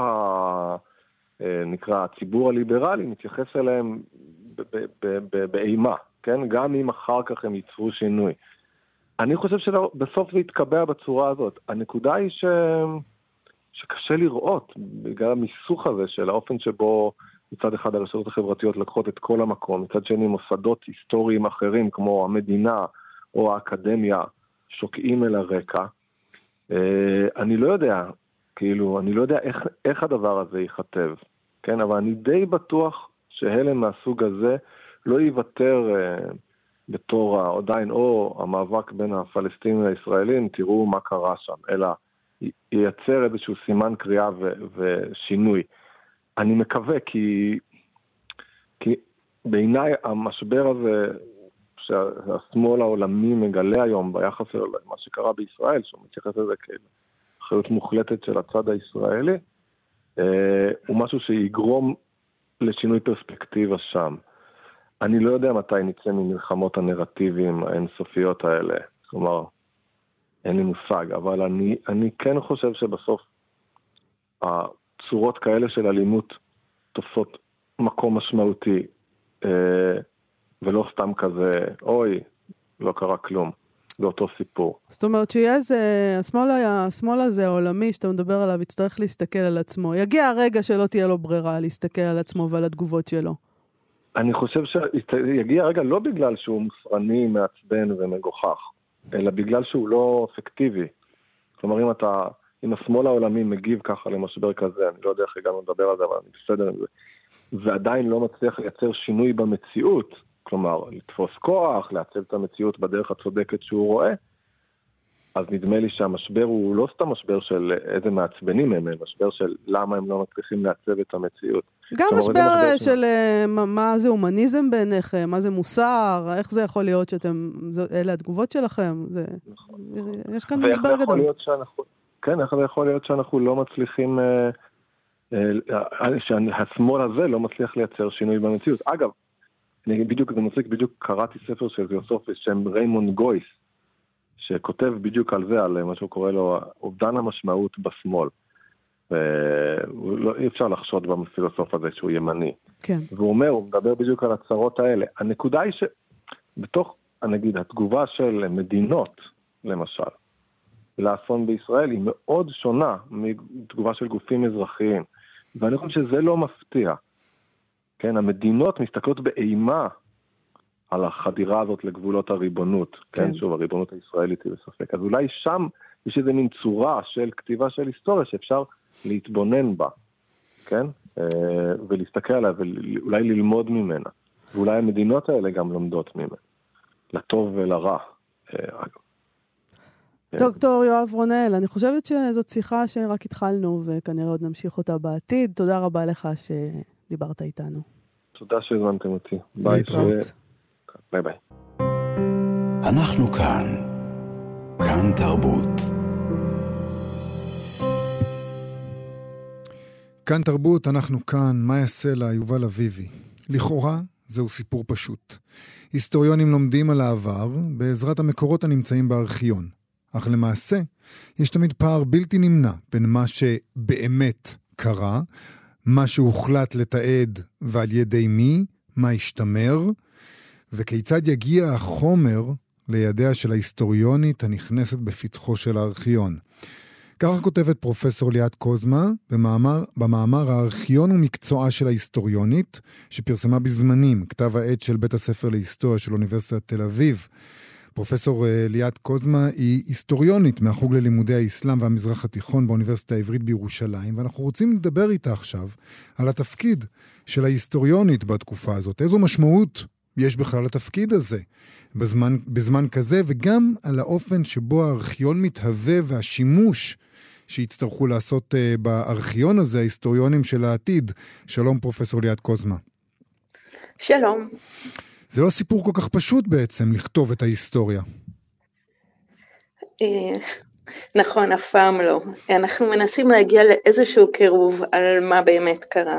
נקרא הציבור הליברלי מתייחס אליהם באימה, כן? גם אם אחר כך הם ייצרו שינוי. אני חושב שבסוף זה יתקבע בצורה הזאת. הנקודה היא שקשה לראות, בגלל המיסוך הזה של האופן שבו מצד אחד הרשתות החברתיות לקחות את כל המקום, מצד שני מוסדות היסטוריים אחרים כמו המדינה או האקדמיה שוקעים אל הרקע. אני לא יודע, כאילו, אני לא יודע איך הדבר הזה ייכתב, כן? אבל אני די בטוח שהלם מהסוג הזה לא ייוותר בתור עדיין או המאבק בין הפלסטינים לישראלים, תראו מה קרה שם, אלא ייצר איזשהו סימן קריאה ושינוי. אני מקווה, כי בעיניי המשבר הזה שהשמאל העולמי מגלה היום ביחס למה שקרה בישראל, שהוא מתייחס לזה כאחריות מוחלטת של הצד הישראלי, הוא משהו שיגרום לשינוי פרספקטיבה שם. אני לא יודע מתי נצא ממלחמות הנרטיביים האינסופיות האלה, כלומר, אין לי מושג, אבל אני כן חושב שבסוף צורות כאלה של אלימות תופסות מקום משמעותי ולא סתם כזה, אוי, לא קרה כלום. זה אותו סיפור. זאת אומרת שיהיה איזה, השמאל הזה העולמי שאתה מדבר עליו, יצטרך להסתכל על עצמו. יגיע הרגע שלא תהיה לו ברירה להסתכל על עצמו ועל התגובות שלו. אני חושב שיגיע הרגע לא בגלל שהוא מוסרני, מעצבן ומגוחך, אלא בגלל שהוא לא אפקטיבי. כלומר, אם השמאל העולמי מגיב ככה למשבר כזה, אני לא יודע איך הגענו לדבר על זה, אבל אני בסדר עם זה, ועדיין לא מצליח לייצר שינוי במציאות, כלומר, לתפוס כוח, לעצב את המציאות בדרך הצודקת שהוא רואה, אז נדמה לי שהמשבר הוא לא סתם משבר של איזה מעצבנים הם, משבר של למה הם לא מצליחים לעצב את המציאות. גם משבר של מה זה הומניזם בעיניכם, מה זה מוסר, איך זה יכול להיות אלה התגובות שלכם, יש כאן משבר גדול. כן, איך זה יכול להיות שאנחנו לא מצליחים, שהשמאל הזה לא מצליח לייצר שינוי במציאות. אגב, בדיוק קראתי ספר של פילוסוף בשם ריימונד גויס, שכותב בדיוק על זה, על מה שהוא קורא לו, אובדן המשמעות בשמאל. אי אפשר לחשוד בפילוסוף הזה שהוא ימני. כן. והוא מדבר בדיוק על הצרות האלה. הנקודה היא שבתוך, נגיד, התגובה של מדינות, למשל, לאסון בישראל היא מאוד שונה מתגובה של גופים אזרחיים. ואני חושב שזה לא מפתיע. כן, המדינות מסתכלות באימה על החדירה הזאת לגבולות הריבונות. כן, שוב, הריבונות הישראלית היא בספק. אז אולי שם יש איזה מין צורה של כתיבה של היסטוריה שאפשר להתבונן בה, כן? ולהסתכל עליה ואולי ללמוד ממנה. ואולי המדינות האלה גם לומדות ממנה. לטוב ולרע, אגב. דוקטור יואב רונל, אני חושבת שזאת שיחה שרק התחלנו וכנראה עוד נמשיך אותה בעתיד. תודה רבה לך שדיברת איתנו. תודה שהזמנתם אותי. ביי. ביי ביי. אנחנו כאן תרבות. כאן תרבות, אנחנו כאן, מאיה סלע, יובל אביבי. לכאורה, זהו סיפור פשוט. היסטוריונים לומדים על העבר בעזרת המקורות הנמצאים בארכיון. אך למעשה, יש תמיד פער בלתי נמנע בין מה שבאמת קרה, מה שהוחלט לתעד ועל ידי מי, מה השתמר, וכיצד יגיע החומר לידיה של ההיסטוריונית הנכנסת בפתחו של הארכיון. ככה כותבת פרופסור ליאת קוזמה במאמר הארכיון ומקצועה של ההיסטוריונית, שפרסמה בזמנים כתב העת של בית הספר להיסטוריה של אוניברסיטת תל אביב. פרופסור ליאת קוזמה היא היסטוריונית מהחוג ללימודי האסלאם והמזרח התיכון באוניברסיטה העברית בירושלים, ואנחנו רוצים לדבר איתה עכשיו על התפקיד של ההיסטוריונית בתקופה הזאת. איזו משמעות יש בכלל לתפקיד הזה בזמן כזה, וגם על האופן שבו הארכיון מתהווה והשימוש שיצטרכו לעשות בארכיון הזה, ההיסטוריונים של העתיד. שלום פרופסור ליאת קוזמה. שלום. זה לא סיפור כל כך פשוט בעצם לכתוב את ההיסטוריה. נכון, אף פעם לא. אנחנו מנסים להגיע לאיזשהו קירוב על מה באמת קרה.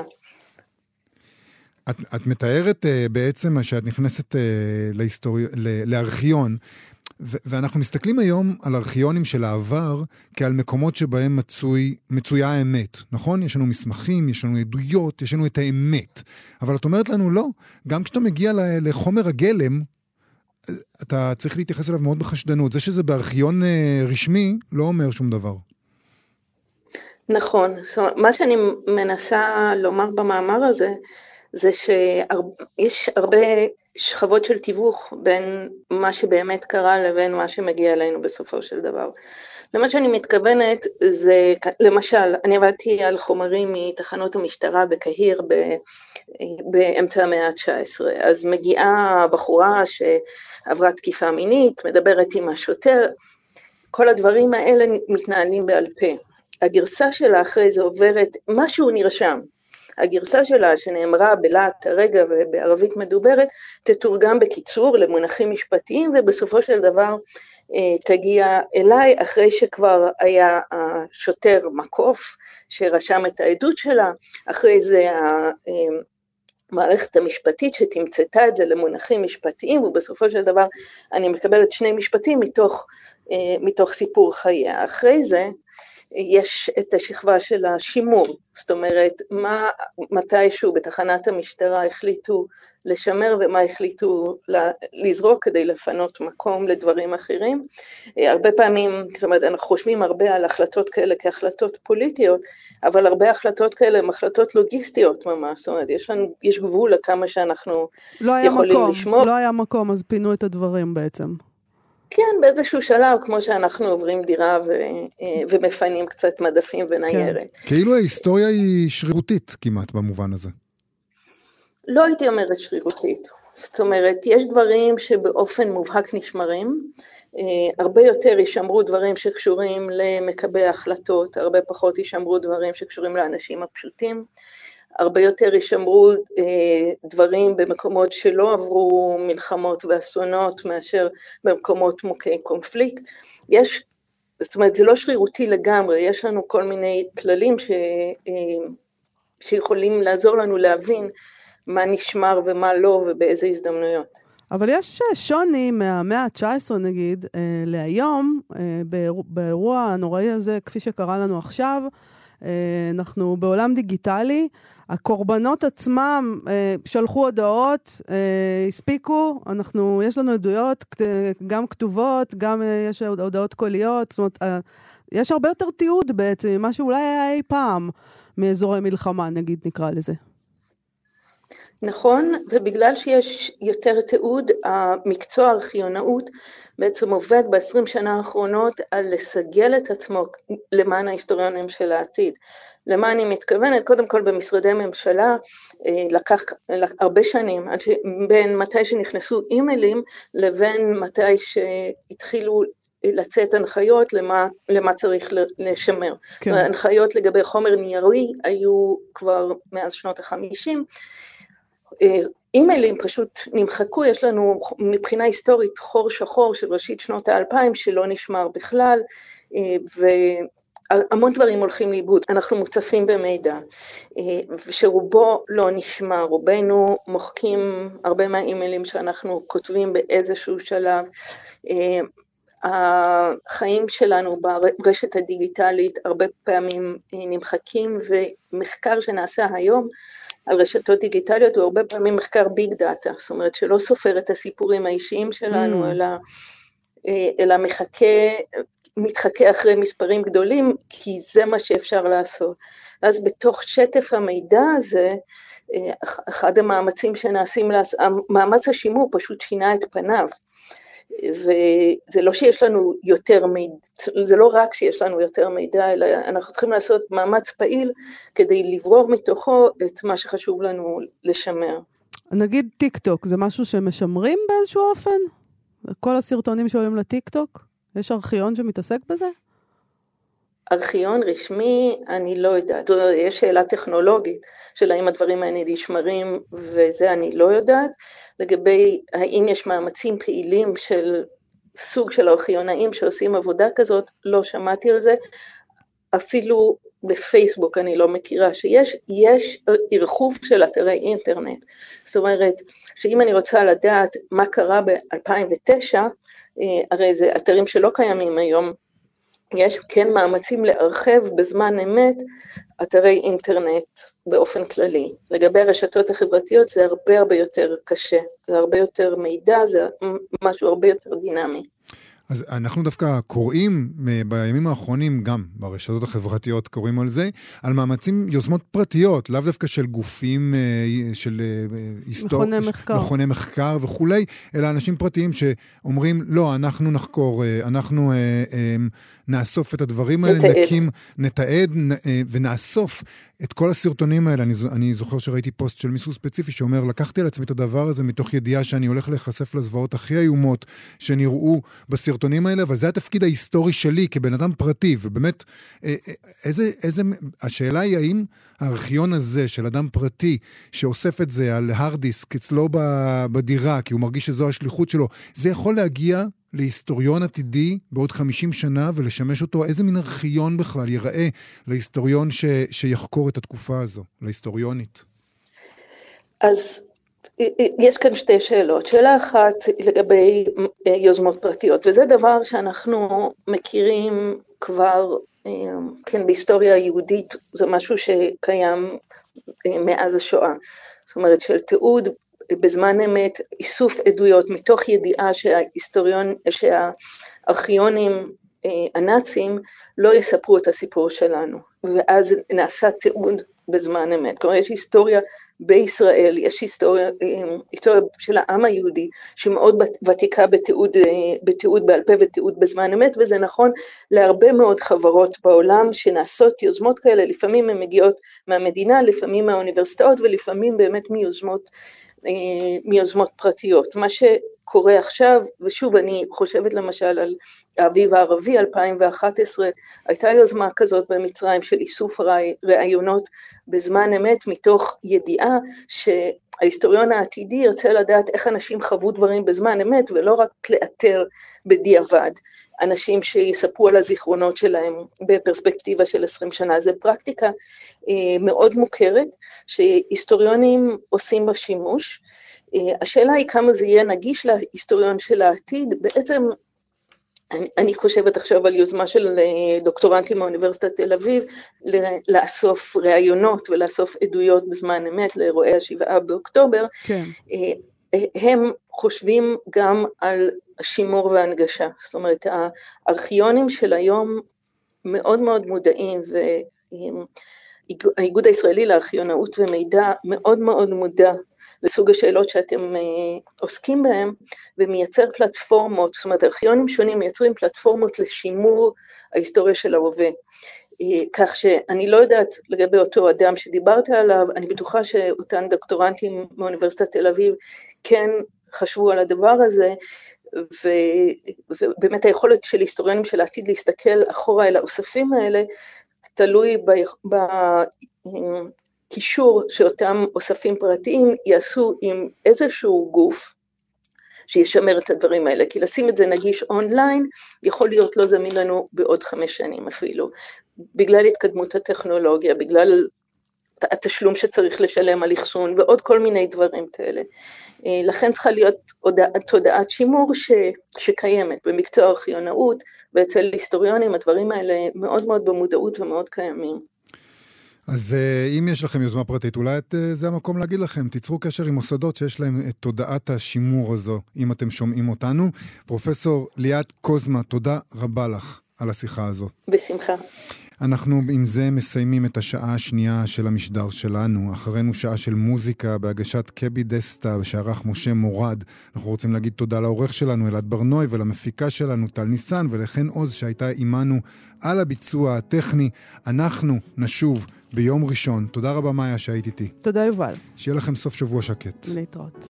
את מתארת בעצם שאת נכנסת לארכיון, ואנחנו מסתכלים היום על ארכיונים של העבר כעל מקומות שבהם מצויה האמת, נכון? יש לנו מסמכים, יש לנו עדויות, יש לנו את האמת. אבל את אומרת לנו לא, גם כשאתה מגיע לחומר הגלם, אתה צריך להתייחס אליו מאוד בחשדנות. זה שזה בארכיון רשמי לא אומר שום דבר. נכון, מה שאני מנסה לומר במאמר הזה, זה שיש הרבה שכבות של תיווך בין מה שבאמת קרה לבין מה שמגיע אלינו בסופו של דבר. למה שאני מתכוונת זה, למשל, אני עבדתי על חומרים מתחנות המשטרה בקהיר באמצע המאה ה-19, אז מגיעה בחורה שעברה תקיפה מינית, מדברת עם השוטר, כל הדברים האלה מתנהלים בעל פה. הגרסה שלה אחרי זה עוברת, משהו נרשם. הגרסה שלה שנאמרה בלהט הרגע ובערבית מדוברת, תתורגם בקיצור למונחים משפטיים, ובסופו של דבר תגיע אליי, אחרי שכבר היה השוטר מקוף, שרשם את העדות שלה, אחרי זה המערכת המשפטית שתמצתה את זה למונחים משפטיים, ובסופו של דבר אני מקבלת שני משפטים מתוך סיפור חייה. אחרי זה, יש את השכבה של השימור, זאת אומרת, מתישהו בתחנת המשטרה החליטו לשמר ומה החליטו לזרוק כדי לפנות מקום לדברים אחרים. הרבה פעמים, זאת אומרת, אנחנו חושבים הרבה על החלטות כאלה כהחלטות פוליטיות, אבל הרבה החלטות כאלה הן החלטות לוגיסטיות ממש, זאת אומרת, יש גבול לכמה שאנחנו יכולים לשמור. לא היה מקום, אז פינו את הדברים בעצם. כן, באיזשהו שלב, כמו שאנחנו עוברים דירה ומפנים קצת מדפים וניירת. כן. כאילו ההיסטוריה היא שרירותית כמעט במובן הזה. לא הייתי אומרת שרירותית. זאת אומרת, יש דברים שבאופן מובהק נשמרים, הרבה יותר ישמרו דברים שקשורים למקבלי החלטות, הרבה פחות ישמרו דברים שקשורים לאנשים הפשוטים, הרבה יותר ישמרו דברים במקומות שלא עברו מלחמות ואסונות מאשר במקומות מוכי קונפליקט. זאת אומרת, זה לא שרירותי לגמרי, יש לנו כל מיני כללים שיכולים לעזור לנו להבין מה נשמר ומה לא ובאיזה הזדמנויות. אבל יש שוני מהמאה ה-19 נגיד, להיום, באירוע הנוראי הזה, כפי שקרה לנו עכשיו, אנחנו בעולם דיגיטלי, הקורבנות עצמם שלחו הודעות, הספיקו, יש לנו עדויות גם כתובות, גם יש הודעות קוליות, זאת אומרת, יש הרבה יותר תיעוד בעצם, ממה שאולי היה אי פעם מאזורי מלחמה, נגיד נקרא לזה. נכון, ובגלל שיש יותר תיעוד, המקצוע הארכיונאות בעצם עובד ב-20 שנה האחרונות על לסגל את עצמו למען ההיסטוריונים של העתיד. למה אני מתכוונת? קודם כל במשרדי ממשלה לקח הרבה שנים, בין מתי שנכנסו אימיילים לבין מתי שהתחילו לצאת הנחיות למה צריך לשמר. כן. הנחיות לגבי חומר ניירי היו כבר מאז שנות ה-50, אימיילים פשוט נמחקו, יש לנו מבחינה היסטורית חור שחור של ראשית שנות ה-2000 שלא נשמר בכלל, והמון דברים הולכים לאיבוד, אנחנו מוצפים במידע, שרובו לא נשמר, רובנו מוחקים הרבה מהאימיילים שאנחנו כותבים באיזשהו שלב, החיים שלנו ברשת הדיגיטלית הרבה פעמים נמחקים, ומחקר שנעשה היום, על רשתות דיגיטליות הוא הרבה פעמים מחקר ביג דאטה, זאת אומרת שלא סופר את הסיפורים האישיים שלנו, אלא מתחכה אחרי מספרים גדולים, כי זה מה שאפשר לעשות. אז בתוך שטף המידע הזה, אחד המאמצים שנעשים, מאמץ השימור פשוט שינה את פניו, וזה לא שיש לנו יותר מידע, זה לא רק שיש לנו יותר מידע, אלא אנחנו צריכים לעשות מאמץ פעיל כדי לברור מתוכו את מה שחשוב לנו לשמר. נגיד טיק טוק, זה משהו שמשמרים באיזשהו אופן? כל הסרטונים שעולים לטיק טוק? יש ארכיון שמתעסק בזה? ארכיון רשמי, אני לא יודעת. יש שאלה טכנולוגית של האם הדברים האלה נשמרים, וזה אני לא יודעת. לגבי האם יש מאמצים פעילים של סוג של ארכיונאים שעושים עבודה כזאת, לא שמעתי על זה. אפילו בפייסבוק אני לא מכירה שיש ערכוב של אתרי אינטרנט. זאת אומרת, שאם אני רוצה לדעת מה קרה ב-2009, הרי זה אתרים שלא קיימים היום, יש כן מאמצים להרחב בזמן אמת אתרי אינטרנט באופן כללי. לגבי הרשתות החברתיות זה הרבה יותר קשה, זה הרבה יותר מידע, זה משהו הרבה יותר דינמי. אז אנחנו דווקא קוראים בימים האחרונים, גם ברשתות החברתיות קוראים על זה, על מאמצים, יוזמות פרטיות, לאו דווקא של גופים, של מכוני מחקר וכולי, אלא אנשים פרטיים שאומרים, לא, אנחנו נחקור, אנחנו נאסוף את הדברים האלה, נתעד ונאסוף את כל הסרטונים האלה. אני זוכר שראיתי פוסט של מישהו ספציפי שאומר, לקחתי על עצמי את הדבר הזה מתוך ידיעה שאני הולך להיחשף לזוועות הכי איומות שנראו בסרטונים האלה, אבל זה התפקיד ההיסטורי שלי כבן אדם פרטי, ובאמת, השאלה היא האם הארכיון הזה של אדם פרטי שאוסף את זה על הרד דיסק אצלו בדירה, כי הוא מרגיש שזו השליחות שלו, זה יכול להגיע להיסטוריון עתידי בעוד 50 שנה ולשמש אותו, איזה מין ארכיון בכלל יראה להיסטוריון שיחקור את התקופה הזו, להיסטוריונית? אז יש כאן שתי שאלות. שאלה אחת לגבי יוזמות פרטיות, וזה דבר שאנחנו מכירים כבר כן, בהיסטוריה היהודית זה משהו שקיים מאז השואה. זאת אומרת של תיעוד בזמן אמת, איסוף עדויות מתוך ידיעה שהארכיונים הנאצים לא יספרו את הסיפור שלנו, ואז נעשה תיעוד בזמן אמת. כלומר, יש היסטוריה בישראל, יש היסטוריה של העם היהודי, שמאוד ותיקה בתיעוד בעל פה ותיעוד בזמן אמת, וזה נכון להרבה מאוד חברות בעולם שנעשות יוזמות כאלה, לפעמים הן מגיעות מהמדינה, לפעמים מהאוניברסיטאות, ולפעמים באמת מיוזמות פרטיות. מה שקורה עכשיו, ושוב אני חושבת למשל על האביב הערבי 2011, הייתה יוזמה כזאת במצרים של איסוף ראיונות בזמן אמת, מתוך ידיעה שההיסטוריון העתידי ירצה לדעת איך אנשים חוו דברים בזמן אמת, ולא רק לאתר בדיעבד. אנשים שיספרו על הזיכרונות שלהם בפרספקטיבה של 20 שנה. זו פרקטיקה מאוד מוכרת, שהיסטוריונים עושים בה שימוש. השאלה היא כמה זה יהיה נגיש להיסטוריון של העתיד. בעצם אני חושבת עכשיו על יוזמה של דוקטורנטים מאוניברסיטת תל אביב, לאסוף ראיונות ולאסוף עדויות בזמן אמת לאירועי 7 באוקטובר. כן. הם חושבים גם על השימור וההנגשה. זאת אומרת, הארכיונים של היום מאוד מאוד מודעים, והאיגוד הישראלי לארכיונאות ומידע מאוד מאוד מודע לסוג השאלות שאתם עוסקים בהם, ומייצר פלטפורמות, זאת אומרת, ארכיונים שונים מייצרים פלטפורמות לשימור ההיסטוריה של ההווה. כך שאני לא יודעת לגבי אותו אדם שדיברת עליו, אני בטוחה שאותן דוקטורנטים מאוניברסיטת תל אביב כן חשבו על הדבר הזה, ובאמת היכולת של היסטוריונים של העתיד להסתכל אחורה אל האוספים האלה, תלוי בקישור שאותם אוספים פרטיים יעשו עם איזשהו גוף, שישמר את הדברים האלה, כי לשים את זה נגיש אונליין, יכול להיות לא זמין לנו בעוד 5 שנים אפילו, בגלל התקדמות הטכנולוגיה, בגלל התשלום שצריך לשלם על אחסון, ועוד כל מיני דברים כאלה. לכן צריכה להיות תודעת שימור שקיימת במקצוע הארכיונאות, ואצל היסטוריונים הדברים האלה מאוד מאוד במודעות ומאוד קיימים. אז אם יש לכם יוזמה פרטית, אולי זה המקום להגיד לכם, תיצרו קשר עם מוסדות שיש להם את תודעת השימור הזו, אם אתם שומעים אותנו. פרופסור ליאת קוזמה, תודה רבה לך על השיחה הזו. בשמחה. אנחנו עם זה מסיימים את השעה השנייה של המשדר שלנו. אחרינו שעה של מוזיקה בהגשת קבי דסטה שערך משה מורד. אנחנו רוצים להגיד תודה לעורך שלנו אלעד ברנוי ולמפיקה שלנו טל ניסן ולכן עוז שהייתה עימנו על הביצוע הטכני. אנחנו נשוב ביום ראשון. תודה רבה מאיה שהיית איתי. תודה יובל. שיהיה לכם סוף שבוע שקט. להתראות.